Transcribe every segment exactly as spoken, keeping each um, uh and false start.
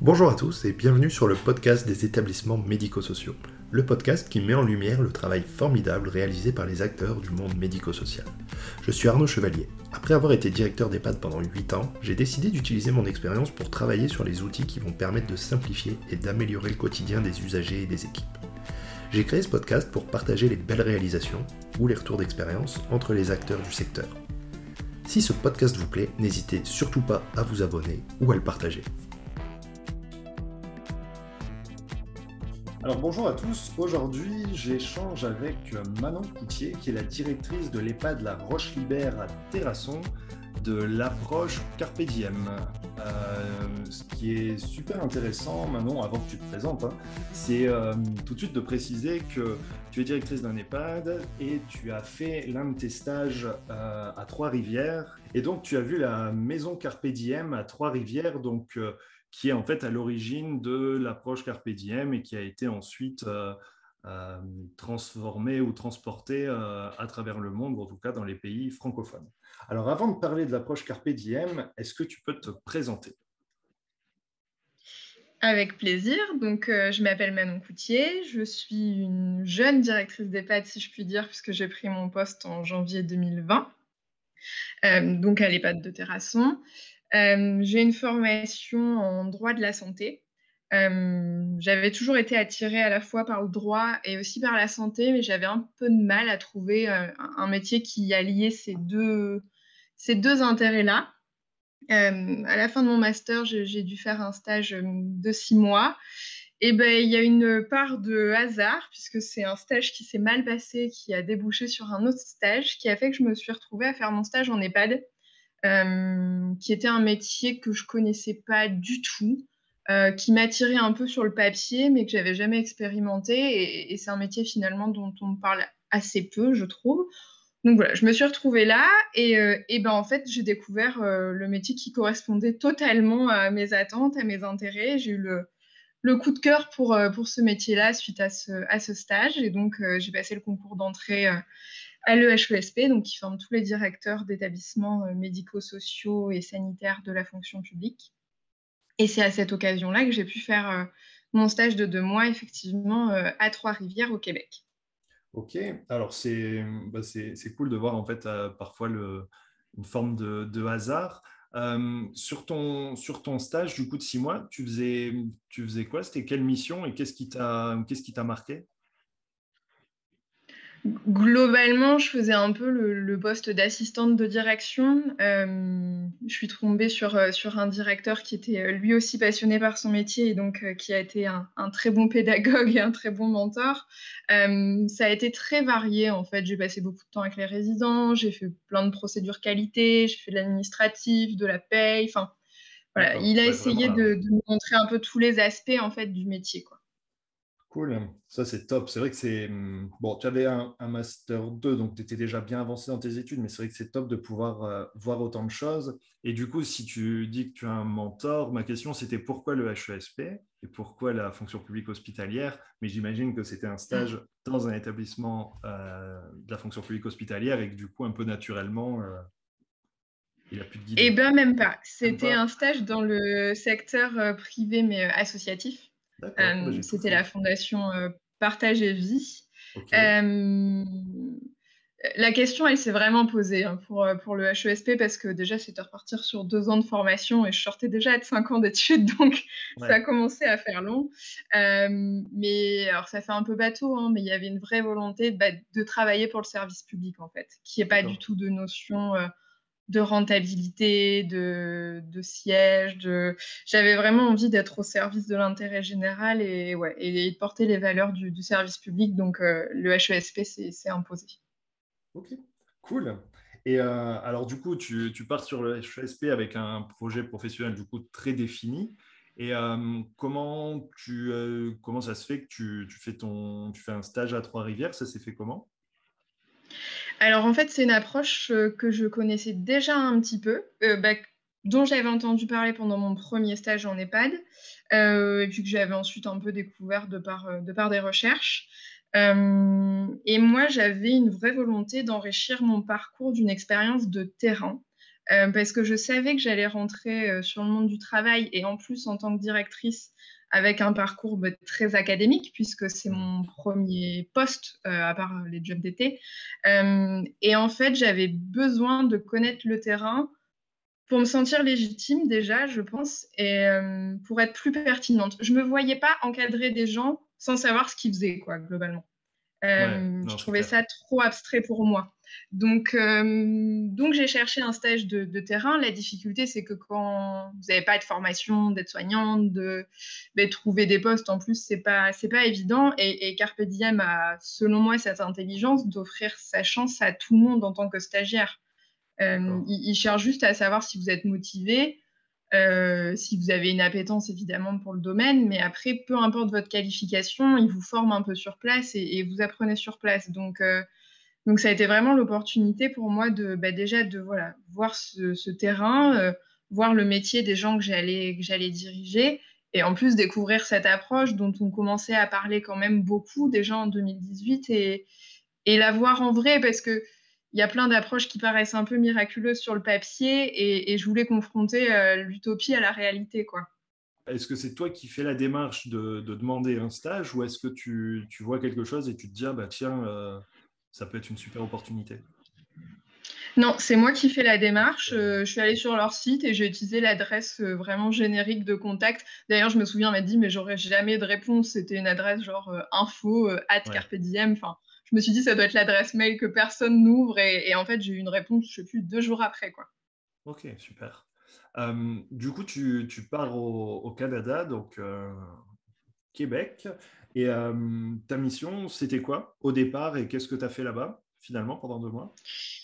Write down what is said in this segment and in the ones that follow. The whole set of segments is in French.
Bonjour à tous et bienvenue sur le podcast des établissements médico-sociaux, le podcast qui met en lumière le travail formidable réalisé par les acteurs du monde médico-social. Je suis Arnaud Chevalier. Après avoir été directeur d'EHPAD pendant huit ans, j'ai décidé d'utiliser mon expérience pour travailler sur les outils qui vont permettre de simplifier et d'améliorer le quotidien des usagers et des équipes. J'ai créé ce podcast pour partager les belles réalisations ou les retours d'expérience entre les acteurs du secteur. Si ce podcast vous plaît, n'hésitez surtout pas à vous abonner ou à le partager. Alors bonjour à tous, aujourd'hui j'échange avec Manon Coutier qui est la directrice de l'EHPAD La Roche-Libère à Terrasson de l'approche Carpe Diem. Euh, ce qui est super intéressant, Manon, avant que tu te présentes, hein, c'est euh, tout de suite de préciser que tu es directrice d'un EHPAD et tu as fait l'un de tes stages euh, à Trois-Rivières et donc tu as vu la maison Carpe Diem à Trois-Rivières, donc euh, qui est en fait à l'origine de l'approche Carpe Diem et qui a été ensuite euh, euh, transformée ou transportée euh, à travers le monde, en tout cas dans les pays francophones. Alors avant de parler de l'approche Carpe Diem, est-ce que tu peux te présenter ? Avec plaisir. Donc, euh, je m'appelle Manon Coutier. Je suis une jeune directrice d'EHPAD, si je puis dire, puisque j'ai pris mon poste en janvier deux mille vingt, euh, donc à l'EHPAD de Terrasson. Euh, j'ai une formation en droit de la santé. Euh, j'avais toujours été attirée à la fois par le droit et aussi par la santé, mais j'avais un peu de mal à trouver euh, un métier qui alliait ces deux, ces deux intérêts-là. Euh, à la fin de mon master, j'ai, j'ai dû faire un stage de six mois. Et ben, il y a une part de hasard, puisque c'est un stage qui s'est mal passé, qui a débouché sur un autre stage, qui a fait que je me suis retrouvée à faire mon stage en EHPAD, euh, qui était un métier que je connaissais pas du tout, euh, qui m'attirait un peu sur le papier, mais que j'avais jamais expérimenté. Et, et c'est un métier finalement dont on parle assez peu, je trouve. Donc voilà, je me suis retrouvée là et, euh, et ben en fait, j'ai découvert euh, le métier qui correspondait totalement à mes attentes, à mes intérêts. J'ai eu le, le coup de cœur pour, euh, pour ce métier-là suite à ce, à ce stage. Et donc, euh, j'ai passé le concours d'entrée euh, à l'E H E S P, donc qui forme tous les directeurs d'établissements euh, médico-sociaux et sanitaires de la fonction publique. Et c'est à cette occasion-là que j'ai pu faire euh, mon stage de deux mois, effectivement, euh, à Trois-Rivières, au Québec. Ok, alors c'est bah c'est, c'est cool de voir en fait euh, parfois le, une forme de, de hasard. Euh, sur ton, sur ton stage du coup de six mois, tu faisais, tu faisais quoi? C'était quelle mission et qu'est-ce qui t'a, qu'est-ce qui t'a marqué? Globalement, je faisais un peu le, le poste d'assistante de direction. Euh, je suis tombée sur, euh, sur un directeur qui était euh, lui aussi passionné par son métier et donc euh, qui a été un, un très bon pédagogue et un très bon mentor. Euh, ça a été très varié en fait. J'ai passé beaucoup de temps avec les résidents, j'ai fait plein de procédures qualité, j'ai fait de l'administratif, de la paye. Enfin, voilà, D'accord, il a ouais, vraiment essayé large. de, de me montrer un peu tous les aspects en fait du métier, quoi. Cool, ça c'est top. C'est vrai que c'est... hum, Bon, tu avais un, un master deux, donc tu étais déjà bien avancé dans tes études, mais c'est vrai que c'est top de pouvoir euh, voir autant de choses. Et du coup, si tu dis que tu as un mentor, ma question c'était pourquoi le H E S P et pourquoi la fonction publique hospitalière? Mais j'imagine que c'était un stage dans un établissement euh, de la fonction publique hospitalière et que du coup, un peu naturellement, euh, il a pu te Eh guider. ben même pas. Même C'était pas? un stage dans le secteur euh, privé mais euh, associatif. D'accord, bah, Euh, j'ai tout c'était la faux. fondation euh, Partage et Vie. Ok. Euh, la question, elle s'est vraiment posée hein, pour, euh, pour le H E S P parce que déjà, c'était repartir sur deux ans de formation et je sortais déjà de cinq ans d'études, donc ça a Ouais, commencé à faire long. Euh, mais alors, ça fait un peu bateau, hein, mais il y avait une vraie volonté bah, de travailler pour le service public, en fait, qui n'est pas du d'accord. tout de notion euh, de rentabilité, de, de siège. De... J'avais vraiment envie d'être au service de l'intérêt général et, ouais, et, de porter les valeurs du, du service public. Donc, euh, le H E S P s'est imposé. Ok, cool. Et euh, alors du coup, tu, tu pars sur le H E S P avec un projet professionnel du coup très défini. Et euh, comment tu euh, comment ça se fait que tu, tu fais ton tu fais un stage à Trois-Rivières? Ça s'est fait comment? Alors, en fait, c'est une approche euh, que je connaissais déjà un petit peu, euh, bah, dont j'avais entendu parler pendant mon premier stage en EHPAD, euh, et puis que j'avais ensuite un peu découvert de par, euh, de par des recherches. Euh, et moi, j'avais une vraie volonté d'enrichir mon parcours d'une expérience de terrain. euh, parce que je savais que j'allais rentrer euh, sur le monde du travail et en plus en tant que directrice avec un parcours bah, très académique puisque c'est Mm. mon premier poste euh, à part les jobs d'été. Euh, et en fait, j'avais besoin de connaître le terrain pour me sentir légitime déjà, je pense, et euh, pour être plus pertinente. Je me voyais pas encadrer des gens sans savoir ce qu'ils faisaient, quoi, globalement. Ouais, Euh, je non, c'est trouvais clair. ça trop abstrait pour moi. Donc, euh, donc j'ai cherché un stage de, de terrain. La difficulté, c'est que quand vous n'avez pas de formation, d'être soignante, de, de trouver des postes, en plus, c'est pas, c'est pas évident. Et, et Carpe Diem a, selon moi, cette intelligence d'offrir sa chance à tout le monde en tant que stagiaire. Euh, D'accord. il, il cherche juste à savoir si vous êtes motivé, euh, si vous avez une appétence évidemment pour le domaine, mais après, peu importe votre qualification, il vous forme un peu sur place et, et vous apprenez sur place. Donc, euh, donc ça a été vraiment l'opportunité pour moi de bah, déjà de voilà, voir ce, ce terrain, euh, voir le métier des gens que j'allais que j'allais diriger. Et en plus découvrir cette approche dont on commençait à parler quand même beaucoup déjà en deux mille dix-huit et, et la voir en vrai parce que il y a plein d'approches qui paraissent un peu miraculeuses sur le papier et, et je voulais confronter euh, l'utopie à la réalité, quoi. Est-ce que c'est toi qui fais la démarche de, de demander un stage ou est-ce que tu, tu vois quelque chose et tu te dis, ah bah tiens, euh, ça peut être une super opportunité? Non, c'est moi qui fais la Ah, démarche. super. Euh, je suis allée sur leur site et j'ai utilisé l'adresse euh, vraiment générique de contact. D'ailleurs, je me souviens, on m'a dit, mais j'aurais jamais de réponse. C'était une adresse genre euh, info, euh, at Ouais, carpe diem. Enfin, je me suis dit, ça doit être l'adresse mail que personne n'ouvre. Et, et en fait, j'ai eu une réponse, je sais plus, deux jours après, quoi. ok, super. Euh, du coup, tu, tu pars au, au Canada, donc euh, Québec, et euh, ta mission, c'était quoi au départ et qu'est-ce que tu as fait là-bas, finalement, pendant deux mois?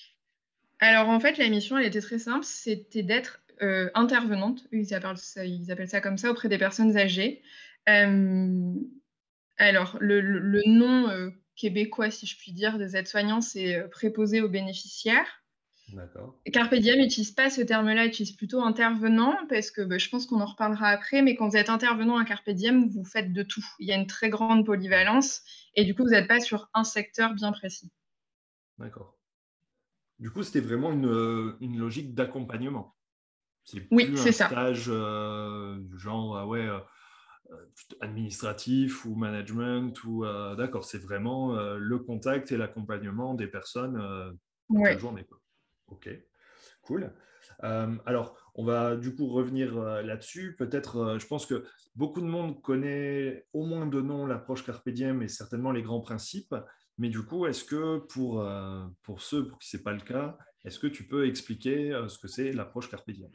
Alors, en fait, la mission, elle était très simple. C'était d'être euh, intervenante. Eux, Ils appellent ça, ils appellent ça comme ça auprès des personnes âgées. Euh, Alors, le, le- le nom euh, québécois, si je puis dire, des aides-soignants, c'est euh, préposé aux bénéficiaires. D'accord. Carpe Diem n'utilise pas ce terme-là, il utilise plutôt intervenant, parce que bah, je pense qu'on en reparlera après, mais quand vous êtes intervenant à Carpe Diem, vous faites de tout. Il y a une très grande polyvalence, et du coup, vous n'êtes pas sur un secteur bien précis. D'accord. Du coup, c'était vraiment une, euh, une logique d'accompagnement. C'est Oui, plus un c'est ça. stage euh, du genre ah ouais, euh, euh, administratif ou management ou euh, d'accord, c'est vraiment euh, le contact et l'accompagnement des personnes euh, toute la Ouais. journée, quoi. Ok, cool. Euh, alors, on va du coup revenir euh, là-dessus. Peut-être, euh, je pense que beaucoup de monde connaît au moins de nom l'approche Carpe Diem et certainement les grands principes. Mais du coup, est-ce que pour, euh, pour ceux pour qui ce n'est pas le cas, est-ce que tu peux expliquer euh, ce que c'est l'approche Carpe Diem?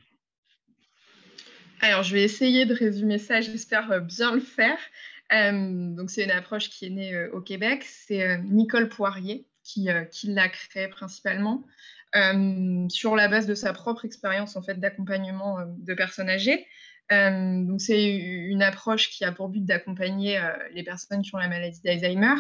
Alors, je vais essayer de résumer ça, j'espère euh, bien le faire. Euh, donc, c'est une approche qui est née euh, au Québec. C'est euh, Nicole Poirier qui, euh, qui l'a créée principalement euh, sur la base de sa propre expérience en fait d'accompagnement euh, de personnes âgées. Euh, donc, c'est une approche qui a pour but d'accompagner euh, les personnes qui ont la maladie d'Alzheimer.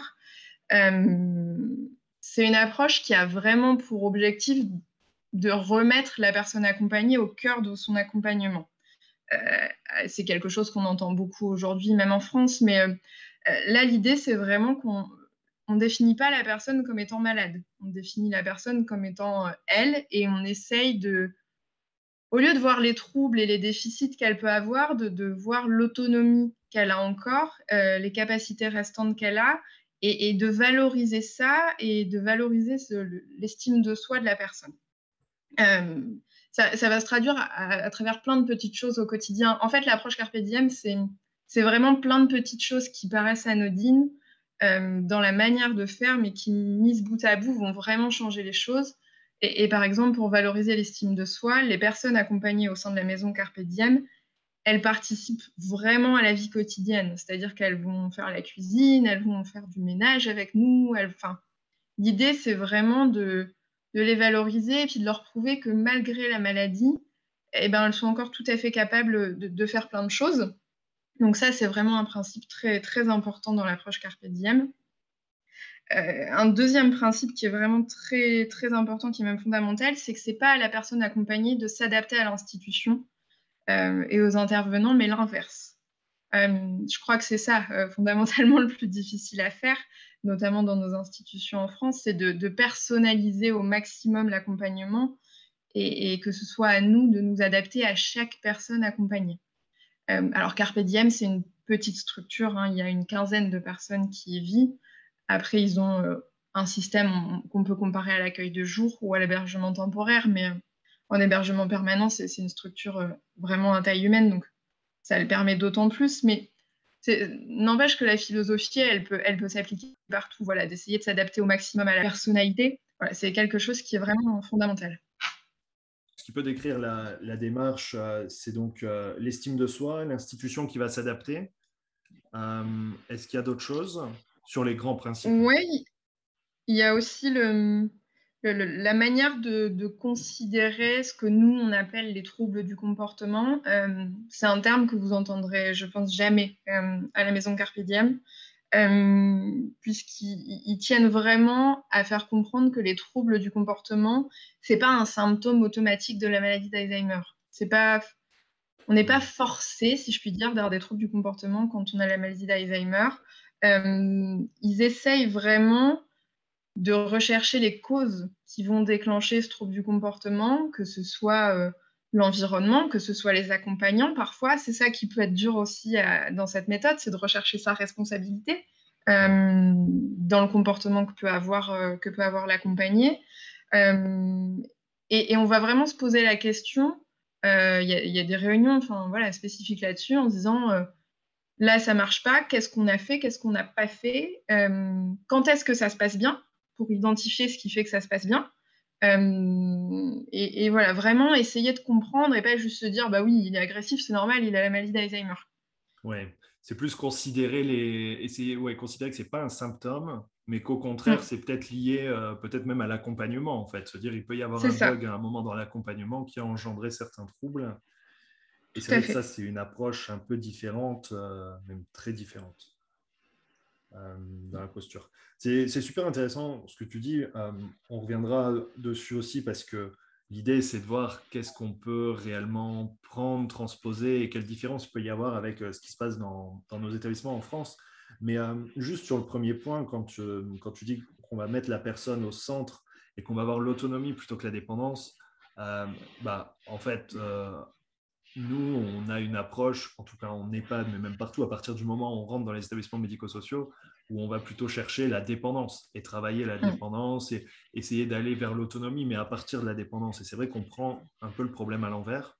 Euh, c'est une approche qui a vraiment pour objectif de remettre la personne accompagnée au cœur de son accompagnement. Euh, c'est quelque chose qu'on entend beaucoup aujourd'hui, même en France, mais euh, là, l'idée, c'est vraiment qu'on on définit pas la personne comme étant malade. On définit la personne comme étant euh, elle et on essaye de, au lieu de voir les troubles et les déficits qu'elle peut avoir, de, de voir l'autonomie qu'elle a encore, euh, les capacités restantes qu'elle a et, et, de valoriser ça et de valoriser ce, l'estime de soi de la personne. Euh, ça, ça, va se traduire à, à, travers plein de petites choses au quotidien. En fait, l'approche Carpe Diem, c'est, c'est vraiment plein de petites choses qui paraissent anodines euh, dans la manière de faire, mais qui, mises bout à bout, vont vraiment changer les choses. Et, et par exemple, pour valoriser l'estime de soi, les personnes accompagnées au sein de la maison Carpe Diem, elles participent vraiment à la vie quotidienne. C'est-à-dire qu'elles vont faire la cuisine, elles vont faire du ménage avec nous. Elles, enfin, l'idée, c'est vraiment de, de les valoriser et puis de leur prouver que malgré la maladie, eh ben, elles sont encore tout à fait capables de, de faire plein de choses. Donc ça, c'est vraiment un principe très, très important dans l'approche Carpe Diem. Euh, un deuxième principe qui est vraiment très, très important, qui est même fondamental, c'est que c'est pas à la personne accompagnée de s'adapter à l'institution euh, et aux intervenants, mais l'inverse. Euh, je crois que c'est ça, euh, fondamentalement, le plus difficile à faire, notamment dans nos institutions en France, c'est de, de personnaliser au maximum l'accompagnement et, et que ce soit à nous de nous adapter à chaque personne accompagnée. Euh, alors Carpe Diem, c'est une petite structure, hein, il y a une quinzaine de personnes qui y vivent. Après, ils ont euh, un système qu'on peut comparer à l'accueil de jour ou à l'hébergement temporaire, mais euh, en hébergement permanent, c'est une structure euh, vraiment à taille humaine, donc ça le permet d'autant plus. Mais n'empêche que la philosophie, elle peut, elle peut s'appliquer partout, voilà, d'essayer de s'adapter au maximum à la personnalité. Voilà, c'est quelque chose qui est vraiment fondamental. Ce qui peut décrire la, la démarche, euh, c'est donc euh, l'estime de soi, l'institution qui va s'adapter. Euh, Est-ce qu'il y a d'autres choses sur les grands principes? Oui, il y a aussi le, le, la manière de, de, considérer ce que nous, on appelle les troubles du comportement. Euh, c'est un terme que vous entendrez, je pense, jamais euh, à la maison Carpe Diem, euh, puisqu'ils tiennent vraiment à faire comprendre que les troubles du comportement, c'est pas un symptôme automatique de la maladie d'Alzheimer. C'est pas, on n'est pas forcé, si je puis dire, d'avoir des troubles du comportement quand on a la maladie d'Alzheimer. Euh, ils essayent vraiment de rechercher les causes qui vont déclencher ce trouble du comportement, que ce soit euh, l'environnement, que ce soit les accompagnants. Parfois, c'est ça qui peut être dur aussi à, dans cette méthode, c'est de rechercher sa responsabilité euh, dans le comportement que peut avoir, euh, que peut avoir l'accompagné. Euh, et, et on va vraiment se poser la question, il euh, y, y a des réunions enfin, voilà, spécifiques là-dessus, en disant... Euh, là, ça marche pas. Qu'est-ce qu'on a fait? Qu'est-ce qu'on n'a pas fait? euh, Quand est-ce que ça se passe bien? Pour identifier ce qui fait que ça se passe bien. Euh, et, et voilà, vraiment essayer de comprendre et pas juste se dire, bah oui, il est agressif, c'est normal, il a la maladie d'Alzheimer. Ouais, c'est plus considérer les, essayer, ouais, considérer que c'est pas un symptôme, mais qu'au contraire, Mm, c'est peut-être lié, euh, peut-être même à l'accompagnement en fait. Se dire, il peut y avoir c'est un ça, bug à un moment dans l'accompagnement qui a engendré certains troubles. Et c'est tout à vrai que ça, fait. c'est une approche un peu différente, euh, même très différente euh, dans la posture. C'est c'est super intéressant ce que tu dis. Euh, on reviendra dessus aussi parce que l'idée, c'est de voir qu'est-ce qu'on peut réellement prendre, transposer et quelle différence il peut y avoir avec euh, ce qui se passe dans, dans nos établissements en France. Mais euh, juste sur le premier point, quand tu, quand tu dis qu'on va mettre la personne au centre et qu'on va avoir l'autonomie plutôt que la dépendance, euh, bah, en fait, euh, nous, on a une approche, en tout cas en EHPAD, mais même partout, à partir du moment où on rentre dans les établissements médico-sociaux, où on va plutôt chercher la dépendance et travailler la Mm, dépendance et essayer d'aller vers l'autonomie, mais à partir de la dépendance. Et c'est vrai qu'on prend un peu le problème à l'envers.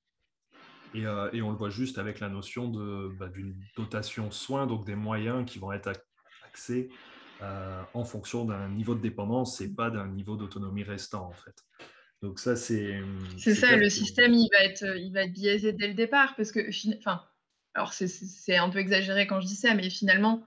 Et, euh, et on le voit juste avec la notion de, bah, d'une dotation soins, donc des moyens qui vont être axés euh, en fonction d'un niveau de dépendance et pas d'un niveau d'autonomie restant, en fait. Donc ça, c'est, c'est c'est ça, clair le que... système, il va être, il va être biaisé dès le départ parce que, enfin, alors c'est un peu exagéré quand je dis ça, mais finalement,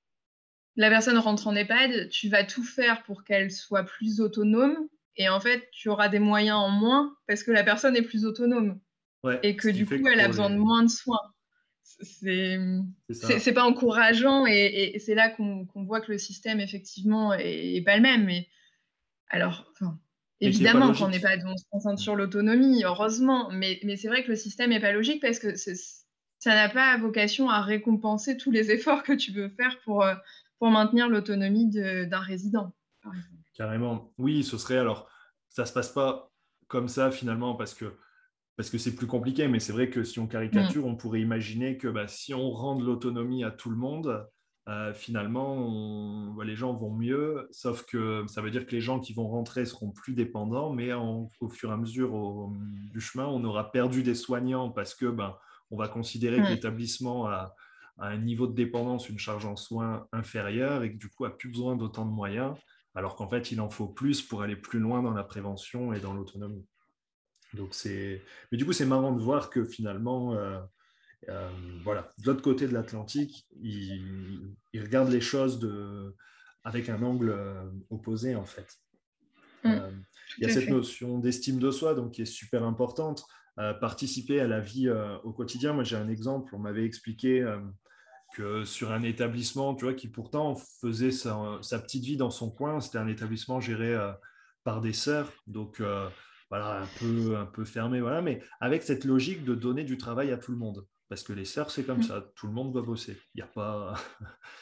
la personne rentre en EHPAD, tu vas tout faire pour qu'elle soit plus autonome, et en fait, tu auras des moyens en moins parce que la personne est plus autonome Ouais, et ce que qui du fait coup, que elle a pour besoin de les... moins de soins. C'est C'est c'est ça. c'est pas encourageant, et, et- et c'est là qu'on qu'on voit que le système effectivement est, est pas le même. Mais alors, enfin, Mais qui n'est pas évidemment qu'en logique. EHPAD, on se concentre sur l'autonomie, heureusement, mais, mais c'est vrai que le système est pas logique parce que c'est- ça n'a pas vocation à récompenser tous les efforts que tu peux faire pour, euh, pour maintenir l'autonomie de- d'un résident, par exemple. Carrément. Oui, ce serait alors, ça se passe pas comme ça finalement parce que parce que c'est plus compliqué, mais c'est vrai que si on Mm, caricature, on pourrait imaginer que bah, si on rend de l'autonomie à tout le monde, euh, finalement, on- bah, les gens vont mieux, sauf que ça veut dire que les gens qui vont rentrer seront plus dépendants, mais en- au fur et à mesure au- du chemin, on aura perdu des soignants parce que ben, on va considérer que mm, l'établissement a, a un niveau de dépendance, une charge en soins inférieure et que du coup a plus besoin d'autant de moyens, alors qu'en fait, il en faut plus pour aller plus loin dans la prévention et dans l'autonomie. Donc c'est, mais du coup, c'est marrant de voir que finalement, euh, euh, voilà, de l'autre côté de l'Atlantique, ils, ils regardent les choses de, avec un angle euh, opposé en fait. mm, Euh, il y a tout à cette fait. notion d'estime de soi, donc qui est super importante. Euh, participer à la vie euh, au quotidien. Moi, j'ai un exemple. On m'avait expliqué euh, que sur un établissement, tu vois, qui pourtant faisait sa, sa petite vie dans son coin, c'était un établissement géré euh, par des sœurs, donc euh, voilà, un peu, un peu fermé, voilà, mais avec cette logique de donner du travail à tout le monde. Parce que les sœurs, c'est comme Mm, ça, tout le monde doit bosser. Il n'y a pas.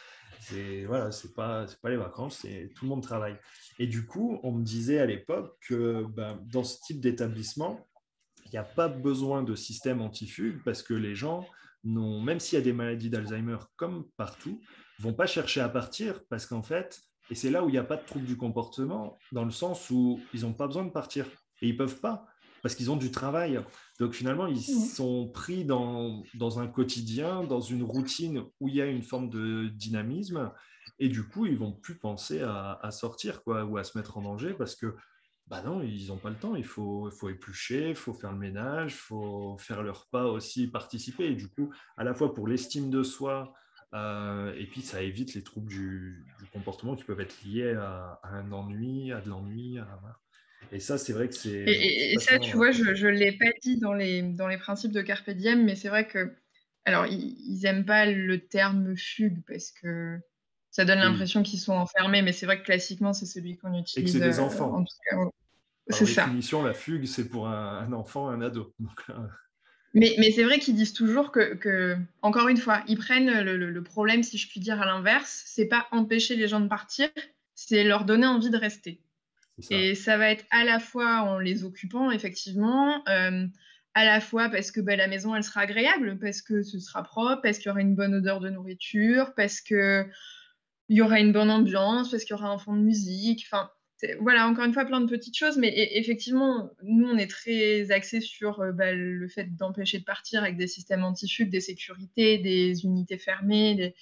C'est voilà, c'est pas, c'est pas les vacances, c'est tout le monde travaille. Et du coup, on me disait à l'époque que ben, dans ce type d'établissement, il n'y a pas besoin de système antifugue parce que les gens, n'ont, même s'il y a des maladies d'Alzheimer comme partout, vont pas chercher à partir parce qu'en fait, et c'est là où il n'y a pas de trouble du comportement, dans le sens où ils n'ont pas besoin de partir. Et ils peuvent pas parce qu'ils ont du travail. Donc finalement, ils Mmh. sont pris dans, dans un quotidien, dans une routine où il y a une forme de dynamisme. Et du coup, ils vont plus penser à, à sortir quoi, ou à se mettre en danger parce que bah non, ils n'ont pas le temps. Il faut, il faut éplucher, il faut faire le ménage, il faut faire le repas aussi, participer. Et du coup, à la fois pour l'estime de soi, euh, et puis ça évite les troubles du, du comportement qui peuvent être liés à, à un ennui, à de l'ennui. à- voilà. Et ça, c'est vrai que Et, c'est c'est et- et ça, tu passionnant à vois, je approfondir. ne l'ai pas dit dans les, dans les principes de Carpe Diem, mais c'est vrai que, alors, ils, ils aiment pas le terme fugue parce que ça donne Oui, l'impression qu'ils sont enfermés, mais c'est vrai que classiquement, c'est celui qu'on et que utilise, c'est des euh, en enfants. tout cas. Par C'est ça. définition, la fugue, c'est pour un, un enfant, un ado. Donc, là, Mais, mais c'est vrai qu'ils disent toujours que, que, encore une fois, ils prennent le, le- le problème, si je puis dire, à l'inverse. C'est pas empêcher les gens de partir, c'est leur donner envie de rester. c'est ça. Et ça va être à la fois en les occupant, effectivement, euh, à la fois parce que bah, la maison, elle sera agréable, parce que ce sera propre, parce qu'il y aura une bonne odeur de nourriture, parce que il y aura une bonne ambiance, parce qu'il y aura un fond de musique. Enfin, c'est- voilà, encore une fois, plein de petites choses. Mais e- effectivement, nous, on est très axés sur euh, bah, le fait d'empêcher de partir avec des systèmes antifugues, des sécurités, des unités fermées. des-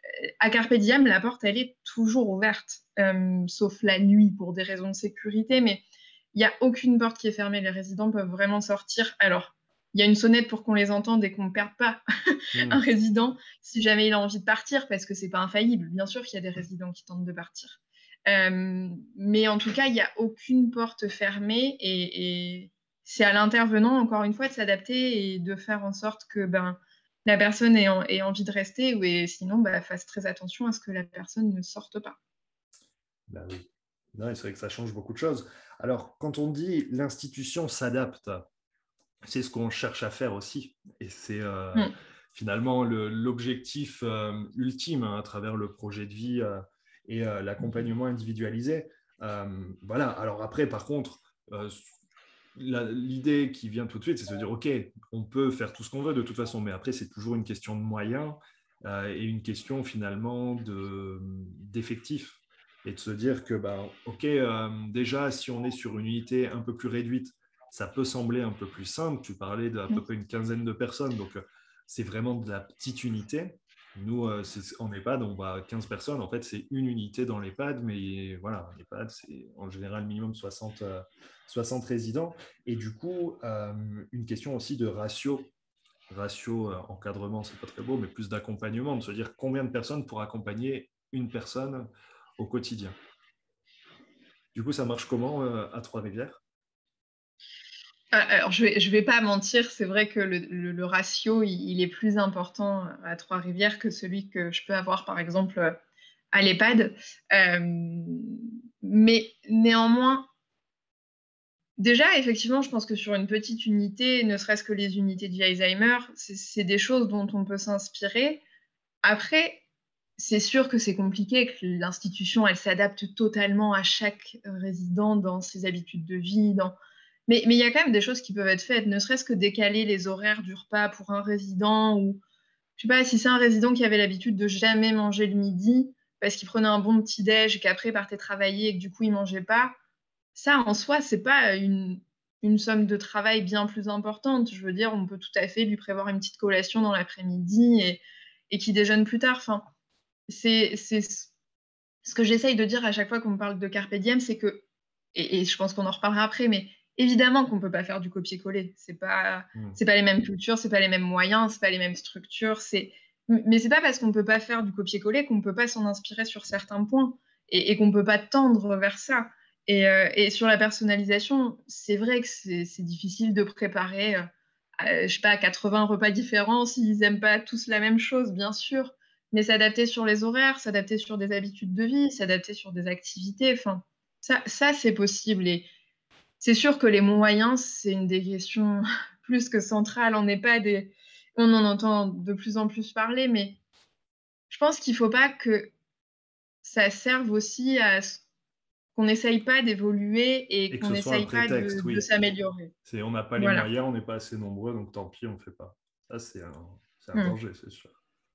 À Carpe Diem, la porte, elle est toujours ouverte, euh, sauf la nuit pour des raisons de sécurité. Mais il n'y a aucune porte qui est fermée. Les résidents peuvent vraiment sortir. Alors, il y a une sonnette pour qu'on les entende et qu'on ne perde pas un Hmm. résident si jamais il a envie de partir, parce que c'est pas infaillible. Bien sûr qu'il y a des résidents qui tentent de partir. Euh, mais en tout cas, il n'y a aucune porte fermée et, et c'est à l'intervenant, encore une fois, de s'adapter et de faire en sorte que ben, la personne ait, en- ait envie de rester ou et sinon bah, fasse très attention à ce que la personne ne sorte pas. Ben oui. Non, c'est vrai que ça change beaucoup de choses. Alors, quand on dit l'institution s'adapte, c'est ce qu'on cherche à faire aussi. Et c'est euh, Mm. finalement le- l'objectif euh, ultime hein, à travers le projet de vie euh, et euh, l'accompagnement individualisé. Euh, voilà. Alors après, par contre, euh, la- l'idée qui vient tout de suite, c'est de se dire, OK, on peut faire tout ce qu'on veut de toute façon, mais après, c'est toujours une question de moyens euh, et une question finalement de, d'effectifs. Et de se dire que, bah, OK, euh, déjà, si on est sur une unité un peu plus réduite, ça peut sembler un peu plus simple. Tu parlais d'à peu Mm. près une quinzaine de personnes, donc euh, c'est vraiment de la petite unité. Nous, euh, c'est- en EHPAD, on va quinze personnes. En fait, c'est une unité dans l'EHPAD, mais voilà, un EHPAD, c'est en général minimum soixante, euh, soixante résidents. Et du coup, euh, une question aussi de ratio. Ratio, euh, encadrement, c'est pas très beau, mais plus d'accompagnement, de se dire combien de personnes pour accompagner une personne au quotidien. Du coup, ça marche comment euh, à Trois-Rivières? Ah, alors, je vais, je vais pas mentir, c'est vrai que le, le- le ratio, il, il est plus important à Trois-Rivières que celui que je peux avoir, par exemple, à l'EHPAD. Euh, mais néanmoins, déjà, effectivement, je pense que sur une petite unité, ne serait-ce que les unités d'Alzheimer, c'est c'est des choses dont on peut s'inspirer. Après, c'est sûr que c'est compliqué, que l'institution, elle s'adapte totalement à chaque résident dans ses habitudes de vie, dans... Mais, mais il y a quand même des choses qui peuvent être faites, ne serait-ce que décaler les horaires du repas pour un résident, ou je sais pas, si c'est un résident qui avait l'habitude de jamais manger le midi, parce qu'il prenait un bon petit-déj et qu'après il partait travailler et que du coup il mangeait pas, ça en soi, c'est pas une, une somme de travail bien plus importante. Je veux dire, on peut tout à fait lui prévoir une petite collation dans l'après-midi et, et qu'il déjeune plus tard. Enfin, c'est, c'est ce que j'essaye de dire à chaque fois qu'on me parle de Carpe Diem, c'est que, et, et je pense qu'on en reparlera après, mais évidemment qu'on peut pas faire du copier-coller. C'est pas, Hmm. c'est pas les mêmes cultures, c'est pas les mêmes moyens, c'est pas les mêmes structures. C'est, mais c'est pas parce qu'on peut pas faire du copier-coller qu'on peut pas s'en inspirer sur certains points et, et qu'on peut pas tendre vers ça. Et, euh, et sur la personnalisation, c'est vrai que c'est c'est difficile de préparer, euh, euh, je sais pas, quatre-vingts repas différents s'ils aiment pas tous la même chose, bien sûr, mais s'adapter sur les horaires, s'adapter sur des habitudes de vie, s'adapter sur des activités, enfin, ça, ça c'est possible. Et c'est sûr que les moyens, c'est une des questions plus que centrales. On n'est pas des... On en entend de plus en plus parler, mais je pense qu'il ne faut pas que ça serve aussi à ce qu'on n'essaye pas d'évoluer et Et que qu'on ce soit un n'essaye pas de prétexte, de oui. s'améliorer. C'est on n'a pas les Voilà. moyens, on n'est pas assez nombreux, donc tant pis, on ne fait pas. Ça, c'est un, c'est un Mmh. danger, c'est sûr.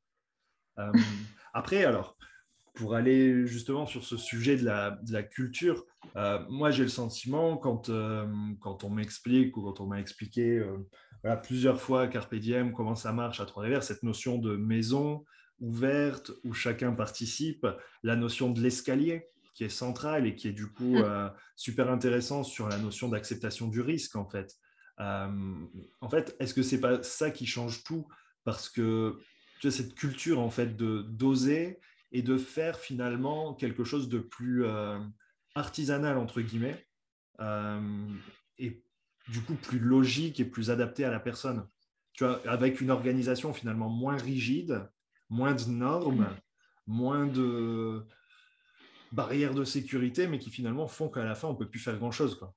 Euh, Après, alors, pour aller justement sur ce sujet de la, de la culture, euh, moi j'ai le sentiment, quand, euh, quand on m'explique ou quand on m'a expliqué euh, voilà, plusieurs fois Carpe Diem, comment ça marche à Trois-Rivières, cette notion de maison ouverte où chacun participe, la notion de l'escalier qui est centrale et qui est du coup Mmh. euh, super intéressant sur la notion d'acceptation du risque en fait. Euh, En fait, est-ce que c'est pas ça qui change tout? Parce que tu as cette culture en fait de d'oser et de faire finalement quelque chose de plus euh, artisanal, entre guillemets, euh, et du coup plus logique et plus adapté à la personne. Tu vois, avec une organisation finalement moins rigide, moins de normes, moins de barrières de sécurité, mais qui finalement font qu'à la fin, on ne peut plus faire grand-chose, quoi.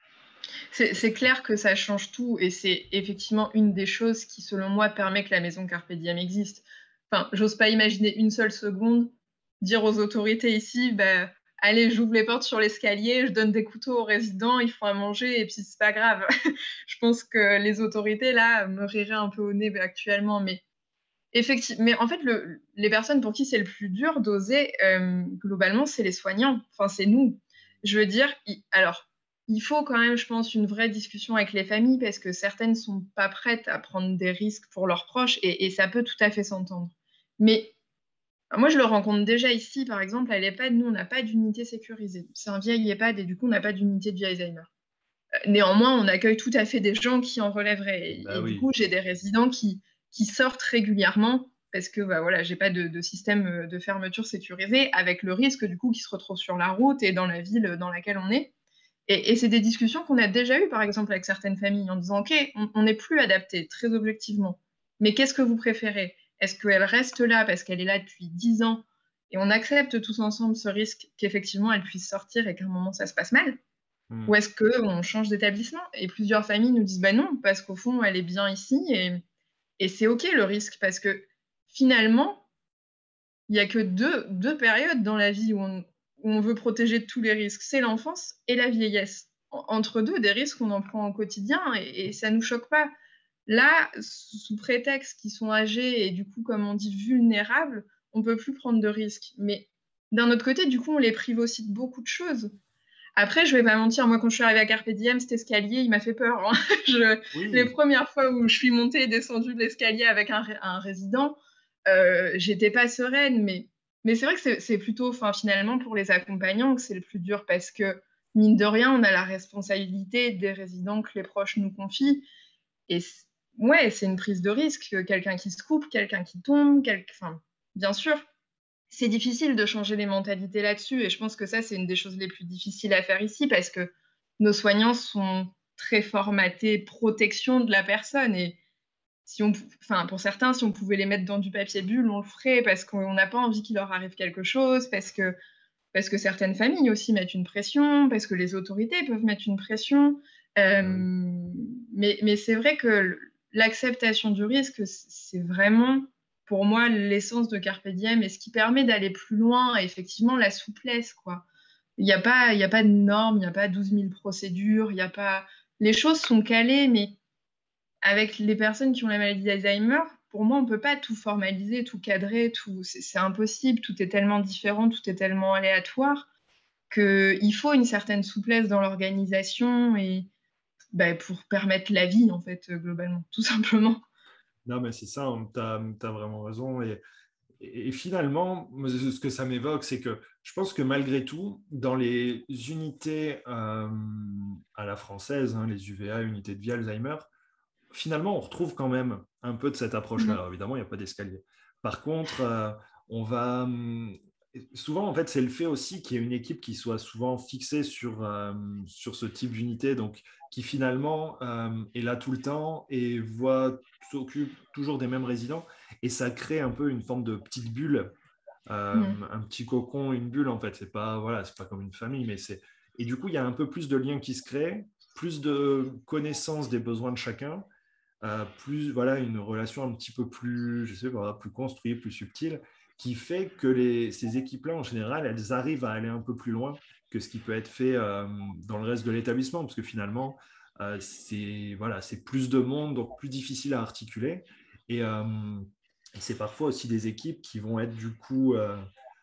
C'est c'est clair que ça change tout et c'est effectivement une des choses qui, selon moi, permet que la maison Carpe Diem existe. Enfin, j'ose pas imaginer une seule seconde dire aux autorités ici: «Bah, allez, j'ouvre les portes sur l'escalier, je donne des couteaux aux résidents, ils font à manger et puis c'est pas grave». Je pense que les autorités, là, me riraient un peu au nez, bah, actuellement, mais effecti mais en fait, le les personnes pour qui c'est le plus dur d'oser, hem, globalement, c'est les soignants. Enfin, c'est nous. Je veux dire, i alors, il faut quand même, je pense, une vraie discussion avec les familles parce que certaines sont pas prêtes à prendre des risques pour leurs proches et et ça peut tout à fait s'entendre. Mais moi, je le rencontre déjà ici, par exemple, à l'EHPAD, nous, on n'a pas d'unité sécurisée. C'est un vieil EHPAD et du coup, on n'a pas d'unité de vie Alzheimer. Heu, néanmoins, on accueille tout à fait des gens qui en relèveraient et Bah et du oui. coup, j'ai des résidents qui qui sortent régulièrement parce que, bah, voilà, j'ai pas de de système, heu, de fermeture sécurisé avec le risque, du coup, qu'ils se retrouvent sur la route et dans la ville, dans laquelle on est et et c'est des discussions qu'on a déjà eues, par exemple, avec certaines familles en disant: «OK, on on n'est plus adapté très objectivement, mais qu'est-ce que vous préférez? Est-ce qu'elle reste là parce qu'elle est là depuis dix ans et on accepte tous ensemble ce risque qu'effectivement elle puisse sortir et qu'à un moment ça se passe mal? Ou Mm. est-ce qu'on change d'établissement?» Et plusieurs familles nous disent: «Bah non, parce qu'au fond, elle est bien ici et et c'est OK le risque». Parce que finalement, il y a que deux deux périodes dans la vie où on où on veut protéger de tous les risques, c'est l'enfance et la vieillesse. En entre deux, des risques, on en prend au quotidien et et ça nous choque pas. Là, sous sous prétexte qu'ils sont âgés et du coup, comme on dit, vulnérables, on peut plus prendre de risques. Mais d'un autre côté, du coup, on les prive aussi de beaucoup de choses. Après, je vais pas mentir, moi, quand je suis arrivée à Carpe Diem, cet escalier, il m'a fait peur, hein. Je les Oui, premières fois où je suis montée et descendue de l'escalier avec un ré un résident, heu, j'étais pas sereine, mais mais c'est vrai que c'est c'est plutôt enfin, finalement, pour les accompagnants que c'est le plus dur parce que, mine de rien, on a la responsabilité des résidents que les proches nous confient et c ouais, c'est une prise de risque, heu, quelqu'un qui se coupe, quelqu'un qui tombe, quelq enfin, bien sûr. C'est difficile de changer les mentalités là-dessus et je pense que ça, c'est une des choses les plus difficiles à faire ici parce que nos soignants sont très formatés protection de la personne et si on pou enfin, pour certains, si on pouvait les mettre dans du papier bulle, on le ferait parce qu'on n'a pas envie qu'il leur arrive quelque chose, parce que parce que certaines familles aussi mettent une pression, parce que les autorités peuvent mettre une pression. bah oui. Hem, mais mais c'est vrai que l l'acceptation du risque, c c'est vraiment, pour moi, l'essence de Carpe Diem et ce qui permet d'aller plus loin et effectivement la souplesse, quoi. Il y a pas il y a pas de normes, il y a pas douze mille procédures, il y a pas les choses sont calées, mais avec les personnes qui ont la maladie d'Alzheimer, pour moi, on peut pas tout formaliser, tout cadrer, tout c'est c'est impossible, tout est tellement différent, tout est tellement aléatoire qu'il faut une certaine souplesse dans l'organisation et bah, pour permettre la vie, en fait, heu, globalement, tout simplement. Non, mais c'est ça, tu as vraiment raison. Et, et, et finalement, moi, ce ce que ça m'évoque, c'est que je pense que malgré tout, dans les unités euh, à la française, hein, les U V A, unités de vie Alzheimer, finalement, on retrouve quand même un peu de cette approche-là. Mmh. Alors, évidemment, il n'y a pas d'escalier. Par contre, euh, on va. hum, Souvent, en fait, c'est le fait aussi qu'il y ait une équipe qui soit souvent fixée sur, euh, sur ce type d'unité, donc qui finalement euh, est là tout le temps et voit, s'occupe toujours des mêmes résidents. Et ça crée un peu une forme de petite bulle, euh, Mmh. un petit cocon, une bulle, en fait. C'est pas, voilà, c'est pas comme une famille, mais c'est. Et du coup, il y a un peu plus de liens qui se créent, plus de connaissance des besoins de chacun, euh, plus voilà une relation un petit peu plus, je sais pas, plus construite, plus subtile. qui fait que les, ces équipes-là, en général, elles arrivent à aller un peu plus loin que ce qui peut être fait euh, dans le reste de l'établissement, parce que finalement, euh, c'est voilà, c'est plus de monde, donc plus difficile à articuler. Et, euh, et c'est parfois aussi des équipes qui vont être du coup, euh,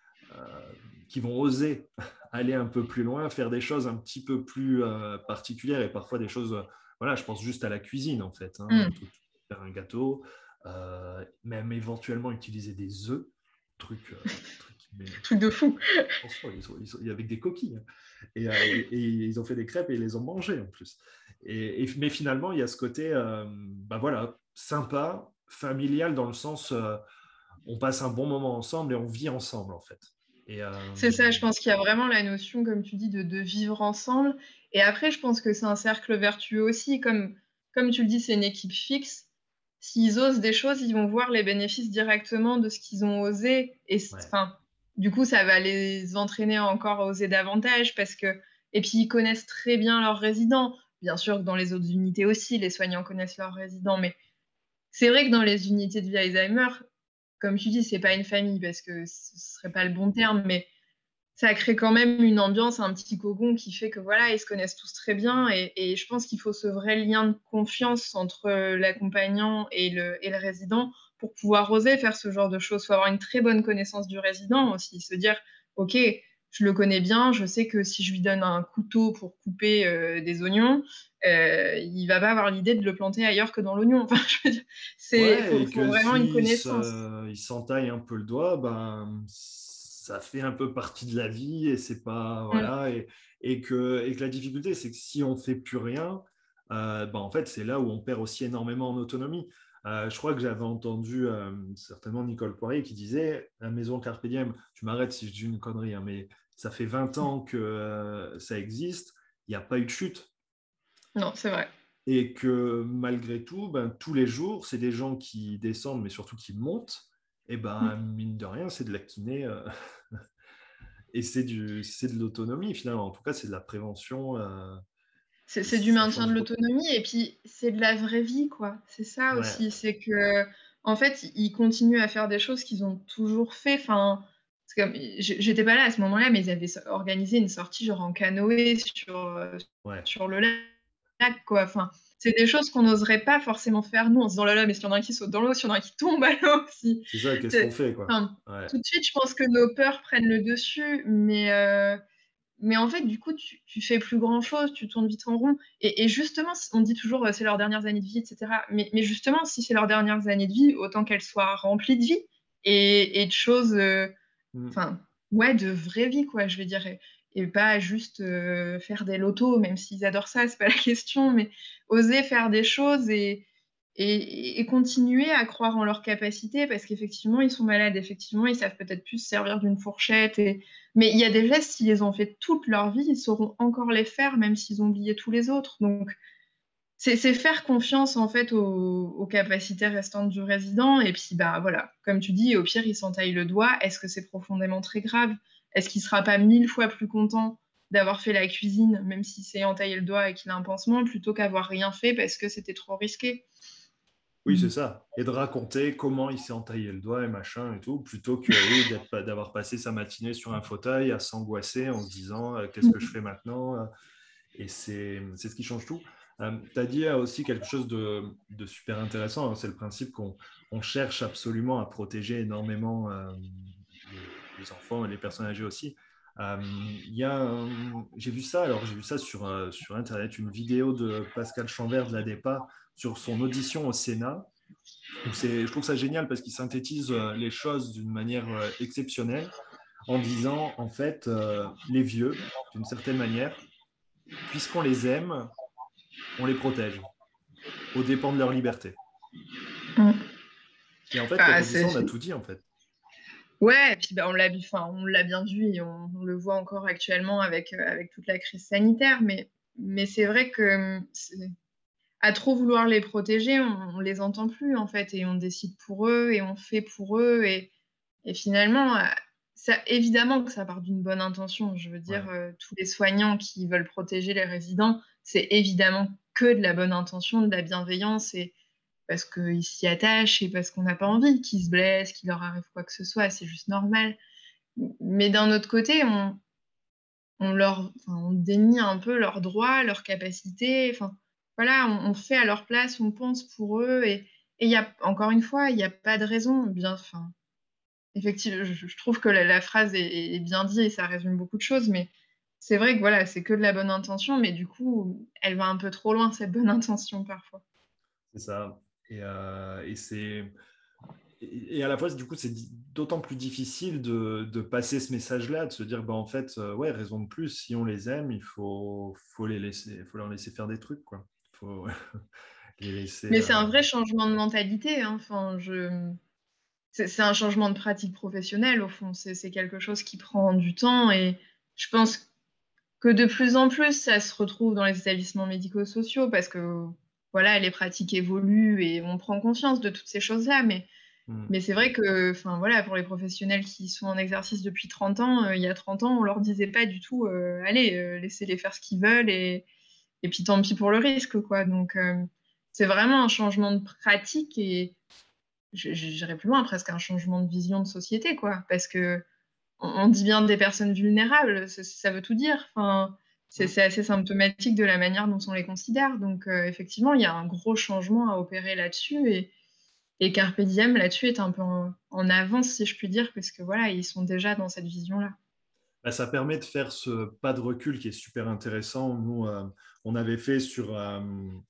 euh, qui vont oser aller un peu plus loin, faire des choses un petit peu plus euh, particulières et parfois des choses, euh, voilà, je pense juste à la cuisine en fait, hein, un Mm. truc, faire un gâteau, euh, même éventuellement utiliser des œufs, truc, euh, truc mais Truc de fou. attention, ils sont, ils sont, avec des coquilles. Hein. Et, euh, et, et, ils ont fait des crêpes et ils les ont mangées en plus. Et, et, mais finalement, il y a ce côté, euh, bah voilà, sympa, familial dans le sens, euh, on passe un bon moment ensemble et on vit ensemble en fait. Et, euh, C'est ça, je pense qu'il y a vraiment la notion, comme tu dis, de, de vivre ensemble. Et après, je pense que c'est un cercle vertueux aussi. Comme, comme tu le dis, c'est une équipe fixe. S'ils osent des choses, ils vont voir les bénéfices directement de ce qu'ils ont osé. Et ouais. enfin, du coup, ça va les entraîner encore à oser davantage parce que. Et puis, ils connaissent très bien leurs résidents. Bien sûr que dans les autres unités aussi, les soignants connaissent leurs résidents. Mais c'est vrai que dans les unités de vie Alzheimer, comme tu dis, c'est pas une famille parce que ce serait pas le bon terme, mais ça crée quand même une ambiance, un petit cocon qui fait que voilà, ils se connaissent tous très bien et, et je pense qu'il faut ce vrai lien de confiance entre l'accompagnant et le, et le résident pour pouvoir oser faire ce genre de choses. Il faut avoir une très bonne connaissance du résident aussi, se dire, ok, je le connais bien, je sais que si je lui donne un couteau pour couper euh, des oignons, euh, il va pas avoir l'idée de le planter ailleurs que dans l'oignon. Enfin, je veux dire, c'est Ouais, faut, et faut que vraiment une si connaissance. se, il s'entaille un peu le doigt, ben ça fait un peu partie de la vie et c'est pas Mm. voilà et, et que et que la difficulté c'est que si on fait plus rien, euh, ben en fait c'est là où on perd aussi énormément en autonomie. Euh, je crois que j'avais entendu euh, certainement Nicole Poirier qui disait la maison Carpe Diem. Tu m'arrêtes si je dis une connerie, hein, mais ça fait vingt ans que euh, ça existe. Il n'y a pas eu de chute. Non, c'est vrai. Et que malgré tout, ben, tous les jours, c'est des gens qui descendent, mais surtout qui montent. Et ben, Mm. mine de rien, c'est de la kiné euh, et c'est du, c'est de l'autonomie finalement. En tout cas, c'est de la prévention euh, C'est et c'est du ça maintien de change beaucoup. l'autonomie et puis c'est de la vraie vie, quoi. C'est ça Ouais, aussi, c'est que en fait, ils continuent à faire des choses qu'ils ont toujours fait. Enfin, c'est comme j'- j'étais pas là à ce moment-là, mais ils avaient so- organisé une sortie genre en canoë sur, euh, ouais. sur le lac, quoi. Enfin, c'est des choses qu'on n'oserait pas forcément faire nous en se disant là là, mais s'il y en a un qui saute dans l'eau, s'il y en a un qui tombe à l'eau aussi. C'est ça, qu'est-ce qu'on C'est- fait, quoi? Enfin, Ouais. tout de suite, je pense que nos peurs prennent le dessus, mais euh, mais en fait, du coup, tu, tu fais plus grand-chose, tu tournes vite en rond. Et, et justement, si- on dit toujours euh, c'est leurs dernières années de vie, et cetera. Mais, mais justement, si c'est leurs dernières années de vie, autant qu'elles soient remplies de vie et, et de choses, euh, Mm. enfin, ouais, de vraie vie, quoi, je veux dire. Et, et pas juste euh, faire des lotos, même s'ils adorent ça, c'est pas la question, mais oser faire des choses et, et, et continuer à croire en leurs capacités, parce qu'effectivement, ils sont malades, effectivement, ils savent peut-être plus se servir d'une fourchette et mais il y a des gestes, s'ils les ont fait toute leur vie, ils sauront encore les faire, même s'ils ont oublié tous les autres. Donc, c'est c'est faire confiance en fait aux, aux capacités restantes du résident. Et puis, bah voilà, comme tu dis, au pire, il s'entaille le doigt. Est-ce que c'est profondément très grave? Est-ce qu'il sera pas mille fois plus content d'avoir fait la cuisine, même si c'est entaillé le doigt et qu'il a un pansement, plutôt qu'avoir rien fait parce que c'était trop risqué? Oui, c'est ça. Et de raconter comment il s'est entaillé le doigt et machin et tout, plutôt que oui, d'être, pas- d'avoir passé sa matinée sur un fauteuil à s'angoisser en se disant euh, qu'est-ce que je fais maintenant? euh, Et c'est c'est ce qui change tout. Euh, tu as dit euh, aussi quelque chose de, de super intéressant, hein, c'est le principe qu'on on cherche absolument à protéger énormément euh, les, les enfants et les personnes âgées aussi. Euh, il y a un- j'ai vu ça, alors j'ai vu ça sur, euh, sur Internet, une vidéo de Pascal Chambert de l'ADEPA sur son audition au Sénat, où c'est, je trouve ça génial parce qu'il synthétise euh, les choses d'une manière euh, exceptionnelle en disant, en fait, euh, les vieux, d'une certaine manière, puisqu'on les aime, on les protège, aux dépens de leur liberté. Mm. Et en fait, quand Ah, on dit ça, c'est on a tout dit, en fait. Ouais, et puis bah, on l'a vu, enfin, on l'a bien vu et on, on le voit encore actuellement avec, euh, avec toute la crise sanitaire, mais, mais c'est vrai que hum, c'est- à trop vouloir les protéger, on, on les entend plus en fait et on décide pour eux et on fait pour eux et, et finalement, euh, ça, évidemment que ça part d'une bonne intention. Je veux dire, Ouais. euh, tous les soignants qui veulent protéger les résidents, c'est évidemment que de la bonne intention, de la bienveillance parce qu'ils s'y attachent et parce qu'on n'a pas envie qu'ils se blessent, qu'il leur arrive quoi que ce soit, c'est juste normal. Mais d'un autre côté, on, on leur, enfin, on dénie un peu leurs droits, leurs capacités. Enfin, voilà, on, on fait à leur place, on pense pour eux. Et il y a, encore une fois, il n'y a pas de raison. Bien, enfin, effectivement, je, je trouve que la, la phrase est, est bien dite et ça résume beaucoup de choses, mais c'est vrai que voilà, c'est que de la bonne intention, mais du coup, elle va un peu trop loin, cette bonne intention, parfois. C'est ça. Et, euh, et c'est et, et à la fois, du coup, c'est di- d'autant plus difficile de, de passer ce message-là, de se dire, bah, en fait, euh, ouais, raison de plus, si on les aime, il faut, faut les laisser, faut leur laisser faire des trucs, quoi. Faut les laisser. Mais c'est euh, un vrai changement de mentalité, hein. Enfin, je... c'est c'est un changement de pratique professionnelle, au fond. C'est c'est quelque chose qui prend du temps et je pense que de plus en plus, ça se retrouve dans les établissements médico-sociaux parce que voilà, les pratiques évoluent et on prend conscience de toutes ces choses-là. Mais, hmm. mais c'est vrai que enfin, voilà, pour les professionnels qui sont en exercice depuis trente ans, euh, il y a trente ans, on leur disait pas du tout, euh, allez, euh, laissez-les faire ce qu'ils veulent et, et puis tant pis pour le risque, quoi. Donc, euh, c'est vraiment un changement de pratique et je- je- j'irais plus loin, presque un changement de vision de société, quoi. Parce que on, on dit bien des personnes vulnérables, ça, ça veut tout dire. Enfin, c'est Hmm. c'est assez symptomatique de la manière dont on les considère. Donc, euh, effectivement, il y a un gros changement à opérer là-dessus. Et, et Carpe Diem, là-dessus, est un peu en, en avance, si je puis dire, parce que voilà, ils sont déjà dans cette vision-là. Bah, ça permet de faire ce pas de recul qui est super intéressant. Nous, euh, on avait fait sur, euh,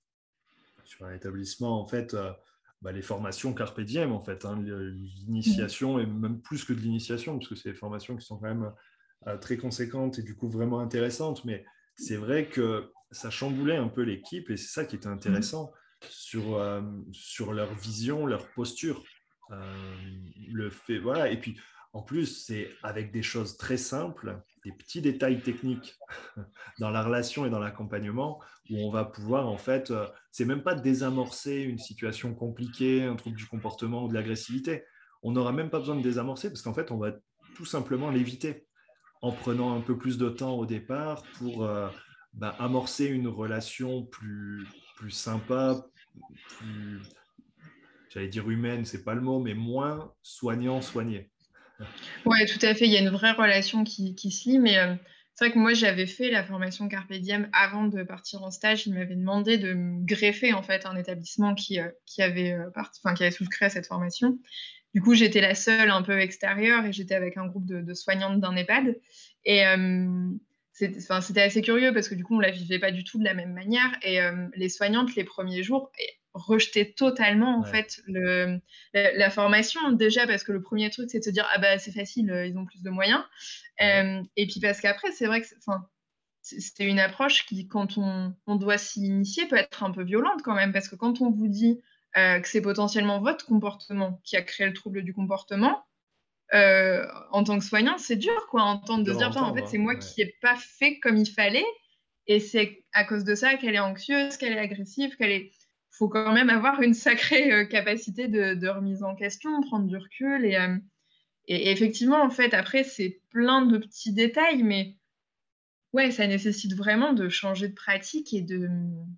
sur un établissement, en fait, euh, bah, les formations Carpe Diem, en fait, hein, Mhm. l'initiation, et même plus que de l'initiation, parce que c'est des formations qui sont quand même euh, très conséquentes et du coup vraiment intéressantes. Mais c'est vrai que ça chamboulait un peu l'équipe et c'est ça qui était Mhm. intéressant sur, euh, sur leur vision, leur posture. Euh, le fait, voilà. Et puis, en plus, c'est avec des choses très simples, des petits détails techniques dans la relation et dans l'accompagnement où on va pouvoir, en fait, euh, c'est même pas désamorcer une situation compliquée, un trouble du comportement ou de l'agressivité. On n'aura même pas besoin de désamorcer parce qu'en fait, on va tout simplement l'éviter en prenant un peu plus de temps au départ pour euh, bah, amorcer une relation plus, plus sympa, plus, j'allais dire humaine, c'est pas le mot, mais moins soignant-soigné. Ouais, tout à fait. Il y a une vraie relation qui, qui se lie, mais euh, c'est vrai que moi, j'avais fait la formation Carpe Diem avant de partir en stage. Il m'avait demandé de me greffer en fait un établissement qui, euh, qui avait, euh, part- enfin, qui avait souscrit à cette formation. Du coup, j'étais la seule un peu extérieure et j'étais avec un groupe de, de soignantes d'un EHPAD. Et euh, c'était, enfin, c'était assez curieux parce que du coup, on la vivait pas du tout de la même manière. Et euh, les soignantes, les premiers jours, eh, rejetaient totalement en Ouais. fait le, la, la formation. Déjà parce que le premier truc, c'est de se dire ah bah c'est facile, euh, ils ont plus de moyens. Ouais. Euh, et puis parce qu'après, c'est vrai que, c'est- enfin, c'est c'est une approche qui, quand on, on doit s'y initier, peut être un peu violente quand même, parce que quand on vous dit euh, que c'est potentiellement votre comportement qui a créé le trouble du comportement, euh, en tant que soignant, c'est dur, quoi, à entendre de Dur se à dire, putain, en entendre, fait, c'est hein. moi Ouais. qui n'ai pas fait comme il fallait, et c'est à cause de ça qu'elle est anxieuse, qu'elle est agressive, qu'elle est... faut quand même avoir une sacrée euh, capacité de, de remise en question, prendre du recul, et, euh, et, et effectivement, en fait, après, c'est plein de petits détails, mais ouais, ça nécessite vraiment de changer de pratique et de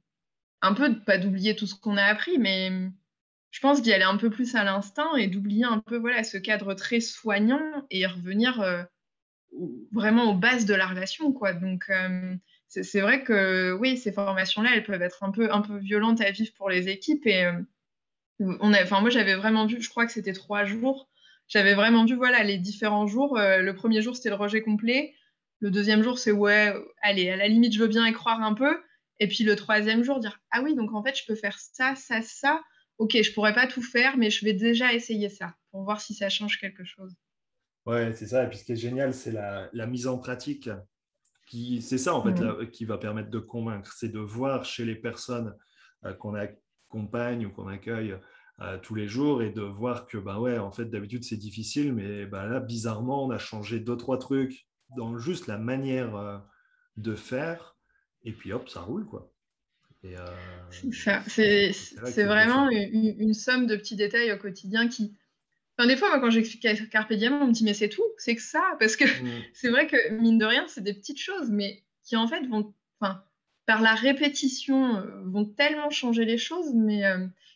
un peu de pas d'oublier tout ce qu'on a appris, mais je pense d'y aller un peu plus à l'instinct et d'oublier un peu voilà ce cadre très soignant et revenir euh, au- vraiment aux bases de la relation, quoi. Donc euh, c'est c'est vrai que oui, ces formations-là, elles peuvent être un peu un peu violentes à vivre pour les équipes et euh, on a, enfin moi j'avais vraiment vu, je crois que c'était trois jours, j'avais vraiment vu voilà les différents jours. Euh, le premier jour c'était le rejet complet, le deuxième jour c'est ouais, euh, allez à la limite je veux bien y croire un peu, et puis le troisième jour dire ah oui donc en fait je peux faire ça ça ça, ok je pourrais pas tout faire mais je vais déjà essayer ça pour voir si ça change quelque chose. Ouais, c'est ça. Et puis ce qui est génial, c'est la, la mise en pratique qui, c'est ça en fait Mm. là, qui va permettre de convaincre, c'est de voir chez les personnes euh, qu'on accompagne ou qu'on accueille euh, tous les jours et de voir que bah ouais, en fait d'habitude c'est difficile, mais bah, là bizarrement on a changé deux trois trucs dans juste la manière euh, de faire et puis hop ça roule quoi. Et, euh, C'est et ça, c'est c'est c'est là qu'il c'est faut bosser. vraiment une, une somme de petits détails au quotidien qui. Enfin, des fois, moi, quand j'explique à Carpe Diem, on me dit, mais c'est tout, c'est que ça. Parce que Mm. c'est vrai que, mine de rien, c'est des petites choses, mais qui, en fait, vont, enfin, par la répétition, euh, vont tellement changer les choses. Mais, euh,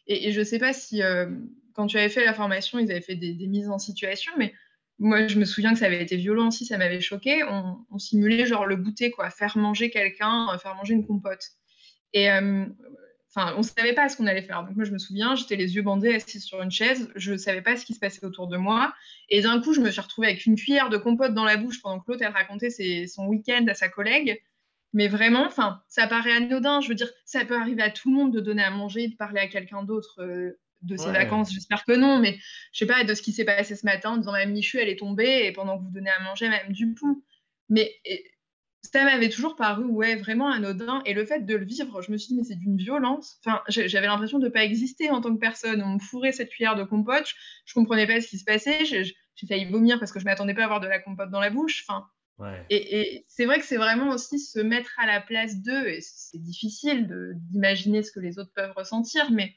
Et, et je sais pas si, euh, quand tu avais fait la formation, ils avaient fait des, des mises en situation, mais moi, je me souviens que ça avait été violent aussi, ça m'avait choqué. On, on simulait genre le goûter, quoi, faire manger quelqu'un, euh, faire manger une compote. Et euh, enfin, on savait pas ce qu'on allait faire. Donc moi, je me souviens, j'étais les yeux bandés, assise sur une chaise, je savais pas ce qui se passait autour de moi. Et d'un coup, je me suis retrouvée avec une cuillère de compote dans la bouche pendant que l'autre, elle racontait ses- son week-end à sa collègue. Mais vraiment, enfin, ça paraît anodin. Je veux dire, ça peut arriver à tout le monde de donner à manger, de parler à quelqu'un d'autre euh, de ses Ouais, vacances. J'espère que non, mais je sais pas, de ce qui s'est passé ce matin, en disant, Mme Michu, elle est tombée, et pendant que vous donnez à manger, Mme Dupont. Mais et, ça m'avait toujours paru, ouais, vraiment anodin. Et le fait de le vivre, je me suis dit, mais c'est d'une violence. Enfin, j'ai- j'avais l'impression de ne pas exister en tant que personne. On me fourrait cette cuillère de compote, je, je comprenais pas ce qui se passait. J'ai j'ai failli vomir parce que je m'attendais pas à avoir de la compote dans la bouche. Enfin, ouais. et, et c'est vrai que c'est vraiment aussi se mettre à la place d'eux. Et c'est difficile de- d'imaginer ce que les autres peuvent ressentir, mais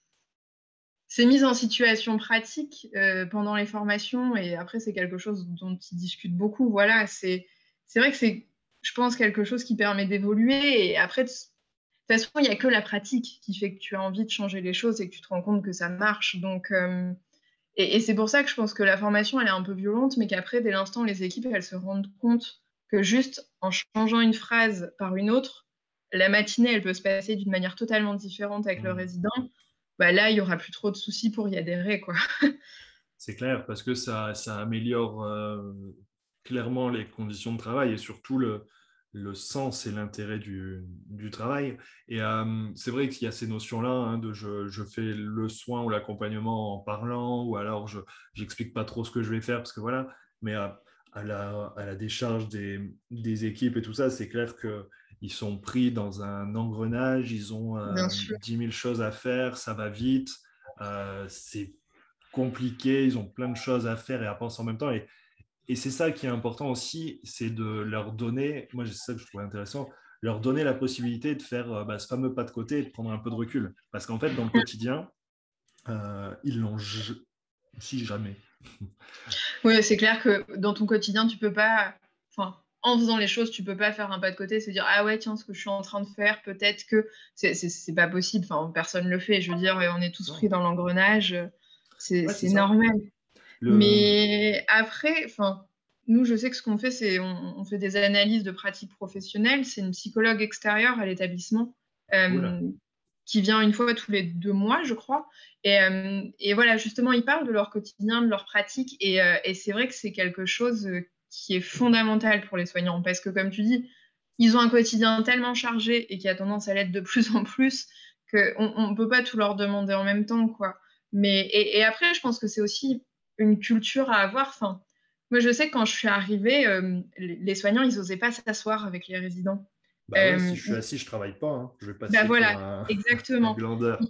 c'est mis en situation pratique euh, pendant les formations. Et après, c'est quelque chose dont ils discutent beaucoup. Voilà, c'est c'est vrai que c'est, je pense, quelque chose qui permet d'évoluer. Et après, de toute façon, il n'y a que la pratique qui fait que tu as envie de changer les choses et que tu te rends compte que ça marche. Donc, euh, et, et c'est pour ça que je pense que la formation, elle est un peu violente, mais qu'après, dès l'instant, les équipes, elles se rendent compte que juste en changeant une phrase par une autre, la matinée, elle peut se passer d'une manière totalement différente avec le Hmm. résident. Bah là, il y aura plus trop de soucis pour y adhérer, quoi. C'est clair, parce que ça, ça améliore euh, clairement les conditions de travail et surtout le, le sens et l'intérêt du, du travail. Et euh, c'est vrai qu'il y a ces notions-là hein, de je, je fais le soin ou l'accompagnement en parlant, ou alors je j'explique pas trop ce que je vais faire, parce que voilà, mais à, à la, à la décharge des, des équipes et tout ça, c'est clair qu'ils sont pris dans un engrenage, ils ont Bien euh, sûr. dix mille choses à faire, ça va vite. Euh, c'est compliqués, ils ont plein de choses à faire et à penser en même temps. Et, et c'est ça qui est important aussi, c'est de leur donner, moi c'est ça que je trouvais intéressant, leur donner la possibilité de faire euh, bah, ce fameux pas de côté et de prendre un peu de recul. Parce qu'en fait, dans le quotidien, euh, ils l'ont j- si jamais. Oui, c'est clair que dans ton quotidien, tu peux pas, enfin, en faisant les choses, tu peux pas faire un pas de côté, se dire, ah ouais, tiens, ce que je suis en train de faire, peut-être que c'est c'est- c'est pas possible. Enfin, personne le fait. Je veux dire, on est tous pris Non. dans l'engrenage. C'est Ouais, c'est c'est ça. normal. Le... Mais après, enfin, nous, je sais que ce qu'on fait, c'est on, on fait des analyses de pratiques professionnelles. C'est une psychologue extérieure à l'établissement Cool. euh, qui vient une fois tous les deux mois, je crois. Et, euh, et voilà, justement, ils parlent de leur quotidien, de leurs pratiques. Et, euh, et c'est vrai que c'est quelque chose euh, qui est fondamental pour les soignants. Parce que, comme tu dis, ils ont un quotidien tellement chargé et qui a tendance à l'être de plus en plus qu'on ne peut pas tout leur demander en même temps, quoi. Mais, et, et après, je pense que c'est aussi une culture à avoir. Enfin, moi, je sais que quand je suis arrivée, euh, les les soignants, ils n'osaient pas s'asseoir avec les résidents. Bah ouais, si Euh, je suis ils- assis, je travaille pas, hein. Je vais bah passer pour voilà, un, un exactement. glandeur.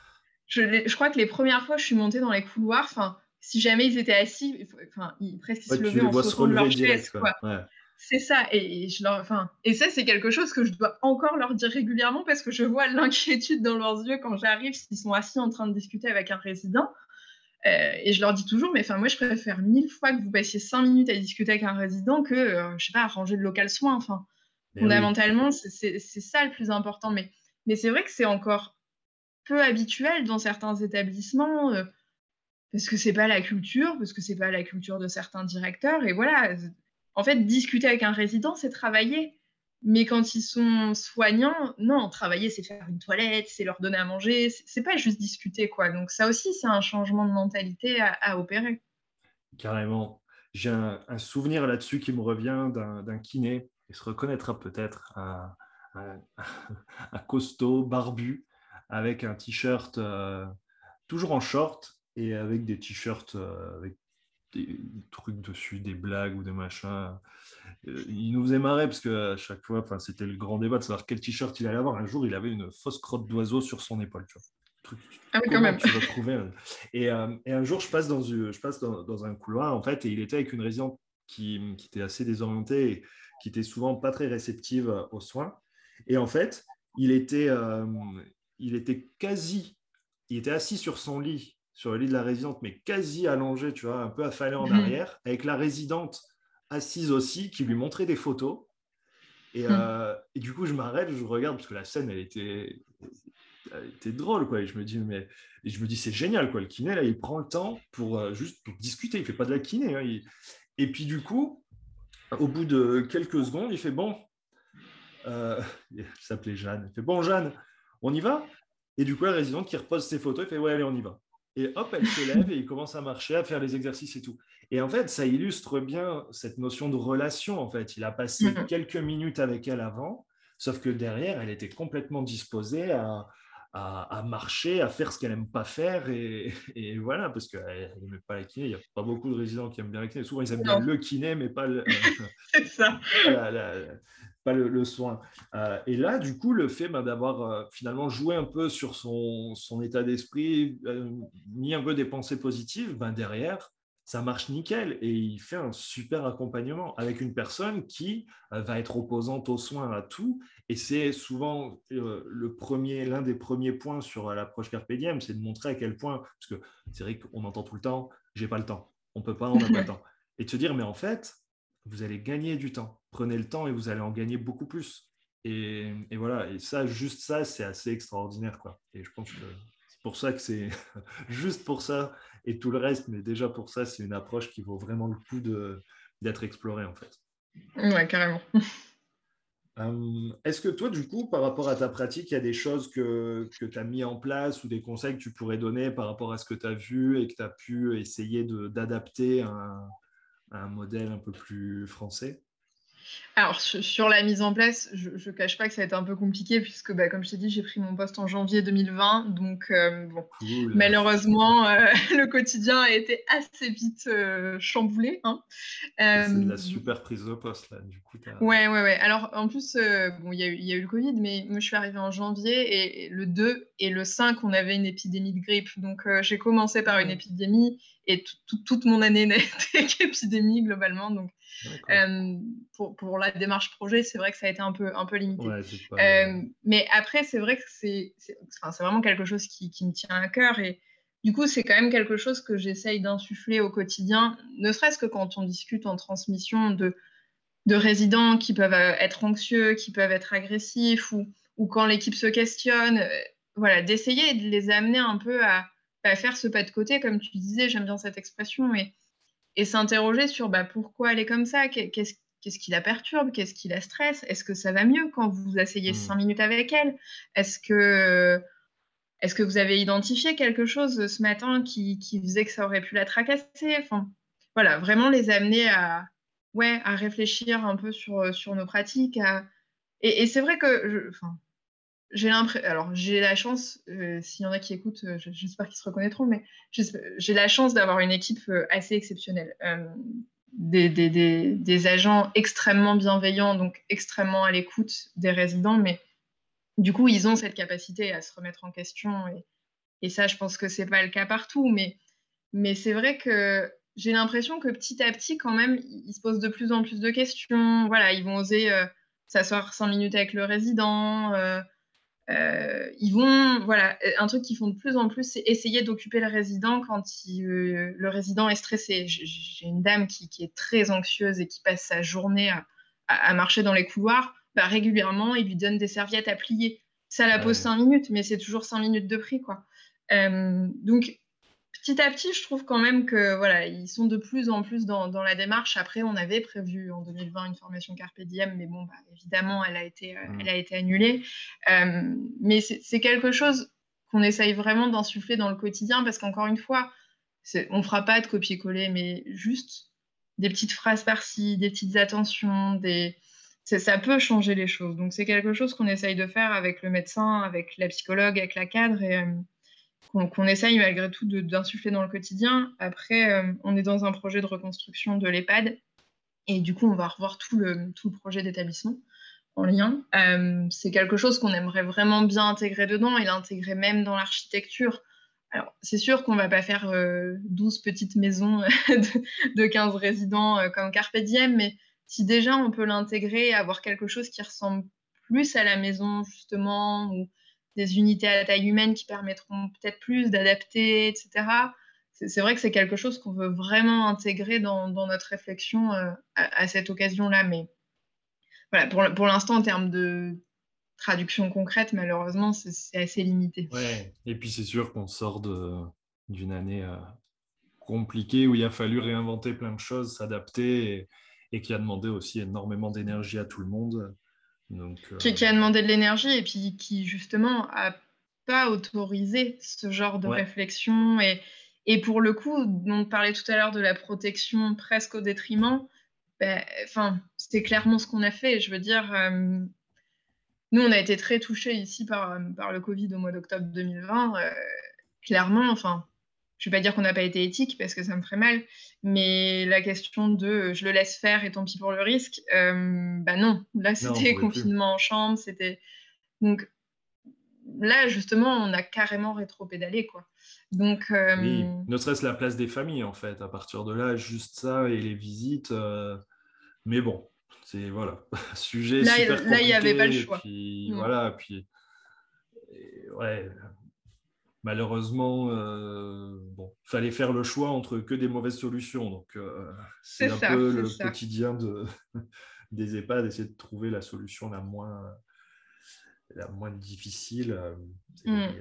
Je, les- je crois que les premières fois, je suis montée dans les couloirs. Enfin, si jamais ils étaient assis, il faut- enfin, ils, presque ils Ouais, se tu levaient les en vois se sautant de leur relever chaise, direct, quoi. quoi. Ouais. C'est ça. Et, et je leur, enfin, et ça, c'est quelque chose que je dois encore leur dire régulièrement parce que je vois l'inquiétude dans leurs yeux quand j'arrive, s'ils sont assis en train de discuter avec un résident. Euh, et je leur dis toujours, mais enfin, moi, je préfère mille fois que vous passiez cinq minutes à discuter avec un résident que, euh, je sais pas, à ranger le local soin. Enfin, Mais oui, fondamentalement, c'est c'est- c'est ça le plus important. Mais, mais c'est vrai que c'est encore peu habituel dans certains établissements, euh, parce que c'est pas la culture, parce que c'est pas la culture de certains directeurs. Et voilà, en fait, discuter avec un résident, c'est travailler. Mais quand ils sont soignants, non, travailler, c'est faire une toilette, c'est leur donner à manger, c'est c'est pas juste discuter, quoi. Donc ça aussi, c'est un changement de mentalité à, à opérer. carrément. J'ai un, un souvenir là-dessus qui me revient d'un d'un kiné, il se reconnaîtra peut-être, un, un- un costaud, barbu, avec un t-shirt, euh, toujours en short, et avec des t-shirts euh, avec des trucs dessus, des blagues ou des machins. Euh, il nous faisait marrer parce que à chaque fois, enfin, c'était le grand débat de savoir quel t-shirt il allait avoir. Un jour, il avait une fausse crotte d'oiseau sur son épaule. Tu vois. Truc, Ah oui, quand comment même. tu vas trouver un- et, euh, et un jour, je passe, dans, une- je passe dans, dans un couloir, en fait, et il était avec une résidente qui, qui était assez désorientée et qui était souvent pas très réceptive euh, aux soins. Et en fait, il était, euh, il était quasi, il était assis sur son lit, sur le lit de la résidente, mais quasi allongé, tu vois, un peu affalé en arrière, avec la résidente assise aussi, qui lui montrait des photos. Et, euh, et du coup, je m'arrête, je regarde, parce que la scène, elle était t'es drôle, quoi. Et je me dis, mais et je me dis, c'est génial, quoi. Le kiné, là, il prend le temps pour euh, juste pour discuter. Il fait pas de la kiné, hein. Il- Et puis, du coup, au bout de quelques secondes, il fait, bon, euh, il s'appelait Jeanne. Il fait, bon, Jeanne, on y va? Et du coup, la résidente qui repose ses photos, il fait, ouais, allez, on y va. Et hop, elle se lève et il commence à marcher, à faire les exercices et tout. Et en fait, ça illustre bien cette notion de relation, en fait. Il a passé Mm. quelques minutes avec elle avant, sauf que derrière, elle était complètement disposée à, à, à marcher, à faire ce qu'elle n'aime pas faire. Et, et voilà, parce qu'elle n'aimait pas la kiné. Il n'y a pas beaucoup de résidents qui aiment bien la kiné. Souvent, ils aiment bien Non, le kiné, mais pas le, c'est ça. pas la- la- pas le, le soin. Euh, et là, du coup, le fait ben, d'avoir euh, finalement joué un peu sur son, son état d'esprit, euh, mis un peu des pensées positives, ben, derrière, ça marche nickel. Et il fait un super accompagnement avec une personne qui euh, va être opposante aux soins, à tout. Et c'est souvent euh, le premier, l'un des premiers points sur euh, l'approche Carpe Diem, c'est de montrer à quel point, parce que c'est vrai qu'on entend tout le temps, j'ai pas le temps. On peut pas, on n'a pas le temps. Et de se dire, mais en fait, vous allez gagner du temps. Prenez le temps et vous allez en gagner beaucoup plus. Et, et voilà, et ça, juste ça, c'est assez extraordinaire, quoi. Et je pense que c'est pour ça que c'est juste pour ça et tout le reste, mais déjà pour ça, c'est une approche qui vaut vraiment le coup de, d'être explorée, en fait. Ouais, carrément. Euh, est-ce que toi, du coup, par rapport à ta pratique, il y a des choses que, que tu as mis en place ou des conseils que tu pourrais donner par rapport à ce que tu as vu et que tu as pu essayer de, d'adapter à un, à un modèle un peu plus français? Alors, sur sur la mise en place, je ne cache pas que ça a été un peu compliqué puisque, bah, comme je t'ai dit, j'ai pris mon poste en janvier deux mille vingt. Donc, euh, bon, Cool. malheureusement, euh, le quotidien a été assez vite euh, chamboulé, hein. C'est de Euh, la super prise de poste, là. Du coup, t'as... ouais, ouais, ouais. Alors, en plus, euh, bon, il y a eu, il y a eu le Covid, mais moi, je suis arrivée en janvier et le deux et le cinq, on avait une épidémie de grippe. Donc, euh, j'ai commencé par Ah une ouais, épidémie et tout- tout- toute mon année n'a été qu'épidémie globalement. Donc, d'accord. Euh, pour, pour la démarche projet, c'est vrai que ça a été un peu, un peu limité. Ouais, c'est pas le... Euh, mais après, c'est vrai que c'est c'est enfin, c'est vraiment quelque chose qui, qui me tient à cœur. Et du coup, c'est quand même quelque chose que j'essaye d'insuffler au quotidien, ne serait-ce que quand on discute en transmission de, de résidents qui peuvent euh, être anxieux, qui peuvent être agressifs, ou, ou quand l'équipe se questionne. euh, voilà, d'essayer de les amener un peu à, à faire ce pas de côté, comme tu disais, j'aime bien cette expression, et, et s'interroger sur bah, pourquoi elle est comme ça, qu'est-ce qu'est-ce qui la perturbe, qu'est-ce qui la stresse, est-ce que ça va mieux quand vous vous asseyez cinq Hmm. minutes avec elle, est-ce que, est-ce que vous avez identifié quelque chose ce matin qui, qui faisait que ça aurait pu la tracasser, enfin, voilà, vraiment les amener à, ouais, à réfléchir un peu sur, sur nos pratiques. À... Et, et c'est vrai que je, enfin, j'ai l'impression, alors j'ai la chance, euh, s'il y en a qui écoutent, euh, j'espère qu'ils se reconnaîtront, mais j'ai la chance d'avoir une équipe euh, assez exceptionnelle. Euh, des, des, des, des, agents extrêmement bienveillants, donc extrêmement à l'écoute des résidents, mais du coup, ils ont cette capacité à se remettre en question. Et, et ça, je pense que c'est pas le cas partout, mais, mais c'est vrai que j'ai l'impression que petit à petit, quand même, ils se posent de plus en plus de questions. Voilà, ils vont oser euh, s'asseoir cinq minutes avec le résident. Euh, euh, ils vont, voilà, un truc qu'ils font de plus en plus, c'est essayer d'occuper le résident quand il, euh, le résident est stressé. J'ai une dame qui, qui, est très anxieuse et qui passe sa journée à, à, à marcher dans les couloirs. Bah, régulièrement, il lui donne des serviettes à plier. Ça la pose Ouais. cinq minutes, mais c'est toujours cinq minutes de prix, quoi. Euh, donc, petit à petit, je trouve quand même que voilà, ils sont de plus en plus dans, dans la démarche. Après, on avait prévu en deux mille vingt une formation Carpe Diem, mais bon, bah, évidemment, elle a été, euh, elle Hmm. a été annulée. Euh, mais c'est quelque chose qu'on essaye vraiment d'insuffler dans le quotidien parce qu'encore une fois, on ne fera pas de copier-coller, mais juste des petites phrases par-ci, des petites attentions, des... ça peut changer les choses. Donc, c'est quelque chose qu'on essaye de faire avec le médecin, avec la psychologue, avec la cadre et. Euh, qu'on qu'on essaye malgré tout d'insuffler dans le quotidien. Après, euh, on est dans un projet de reconstruction de l'EHPAD et du coup, on va revoir tout le, tout le projet d'établissement en lien. Euh, c'est quelque chose qu'on aimerait vraiment bien intégrer dedans et l'intégrer même dans l'architecture. Alors, c'est sûr qu'on va pas faire euh, douze petites maisons de, de quinze résidents euh, comme Carpe Diem, mais si déjà on peut l'intégrer, avoir quelque chose qui ressemble plus à la maison, justement, ou des unités à taille humaine qui permettront peut-être plus d'adapter, et cetera. C'est vrai que c'est quelque chose qu'on veut vraiment intégrer dans, dans notre réflexion euh, à, à, cette occasion-là. Mais voilà, pour, pour l'instant, en termes de traduction concrète, malheureusement, c'est, c'est assez limité. Ouais, et puis c'est sûr qu'on sort de, d'une année euh, compliquée où il a fallu réinventer plein de choses, s'adapter et, et qui a demandé aussi énormément d'énergie à tout le monde. Donc, euh, Qui, qui a demandé de l'énergie et puis qui, justement, a pas autorisé ce genre de ouais, réflexion. Et, et pour le coup, on parlait tout à l'heure de la protection presque au détriment. Ben, enfin, c'était clairement ce qu'on a fait. Je veux dire, euh, nous, on a été très touchés ici par, euh, par le Covid au mois d'octobre deux mille vingt. Euh, clairement, enfin, je ne vais pas dire qu'on n'a pas été éthique parce que ça me ferait mal, mais la question de euh, je le laisse faire et tant pis pour le risque, euh, bah non. Là, non, on c'était pouvait plus. confinement en chambre, c'était. Donc là, justement, on a carrément rétro-pédalé, quoi. Donc, Oui, euh, ne serait-ce la place des familles, en fait. À partir de là, juste ça et les visites. euh, Mais bon, c'est voilà, sujet là, super là, il n'y avait pas le compliqué. Et choix. puis Mm. voilà, puis et, ouais, malheureusement, euh, bon, fallait faire le choix entre que des mauvaises solutions. Donc euh, c'est C'est un ça, peu c'est le ça. quotidien de, des EHPAD, essayer de trouver la solution la moins, la moins difficile. euh, C'est Mm. compliqué.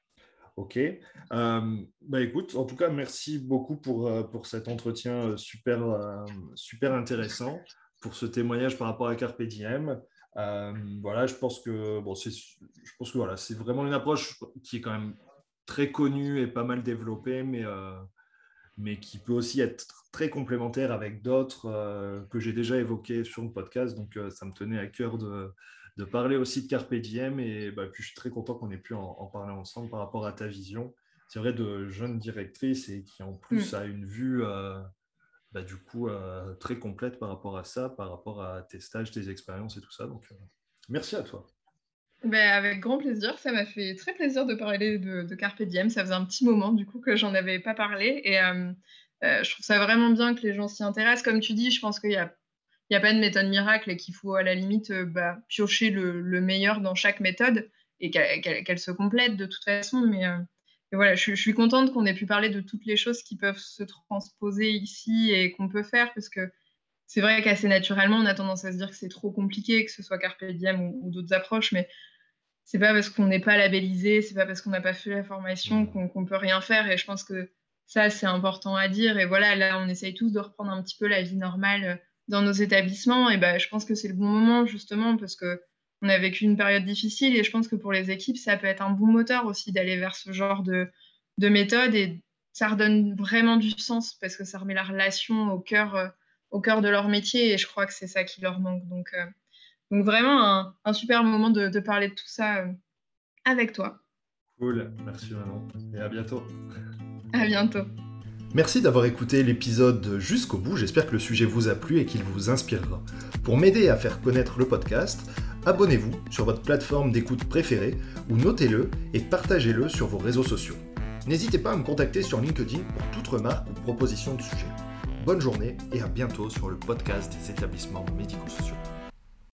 Ok. Euh, bah écoute, en tout cas, merci beaucoup pour, euh, pour cet entretien euh, super, euh, super intéressant, pour ce témoignage par rapport à Carpe Diem. Euh, voilà, je pense que bon, c'est, je pense que voilà, c'est vraiment une approche qui est quand même très connue et pas mal développée, mais, euh, mais qui peut aussi être très complémentaire avec d'autres euh, que j'ai déjà évoquées sur le podcast. Donc, euh, ça me tenait à cœur de, de parler aussi de Carpe Diem. Et bah, puis, je suis très content qu'on ait pu en, en parler ensemble par rapport à ta vision. C'est vrai, de jeune directrice et qui, en plus, Mm. a une vue euh, bah, du coup euh, très complète par rapport à ça, par rapport à tes stages, tes expériences et tout ça. Donc, euh, merci à toi. Ben, avec grand plaisir, ça m'a fait très plaisir de parler de, de Carpe Diem. Ça faisait un petit moment du coup que j'en avais pas parlé et euh, euh, je trouve ça vraiment bien que les gens s'y intéressent. Comme tu dis, je pense qu'il y a, il y a pas de méthode miracle et qu'il faut à la limite euh, bah, piocher le, le meilleur dans chaque méthode et qu'elle, qu'elle- qu'elle se complète de toute façon. Mais euh, et voilà, je, suis- je suis contente qu'on ait pu parler de toutes les choses qui peuvent se transposer ici et qu'on peut faire parce que c'est vrai qu'assez naturellement, on a tendance à se dire que c'est trop compliqué, que ce soit Carpe Diem ou, ou d'autres approches, mais c'est pas parce qu'on n'est pas labellisé, c'est pas parce qu'on n'a pas fait la formation Mmh. qu'on qu'on peut rien faire. Et je pense que ça, c'est important à dire. Et voilà, là, on essaye tous de reprendre un petit peu la vie normale euh, dans nos établissements. Et ben, je pense que c'est le bon moment, justement, parce que on a vécu une période difficile. Et je pense que pour les équipes, ça peut être un bon moteur aussi d'aller vers ce genre de, de méthode. Et ça redonne vraiment du sens parce que ça remet la relation au cœur, euh, au cœur de leur métier. Et je crois que c'est ça qui leur manque. Donc, euh, donc vraiment un, un super moment de, de parler de tout ça euh, avec toi. Cool, merci Manon et à bientôt. À bientôt. Merci d'avoir écouté l'épisode jusqu'au bout, j'espère que le sujet vous a plu et qu'il vous inspirera. Pour m'aider à faire connaître le podcast, abonnez-vous sur votre plateforme d'écoute préférée ou notez-le et partagez-le sur vos réseaux sociaux. N'hésitez pas à me contacter sur LinkedIn pour toute remarque ou proposition de sujet. Bonne journée et à bientôt sur le podcast des établissements médico-sociaux.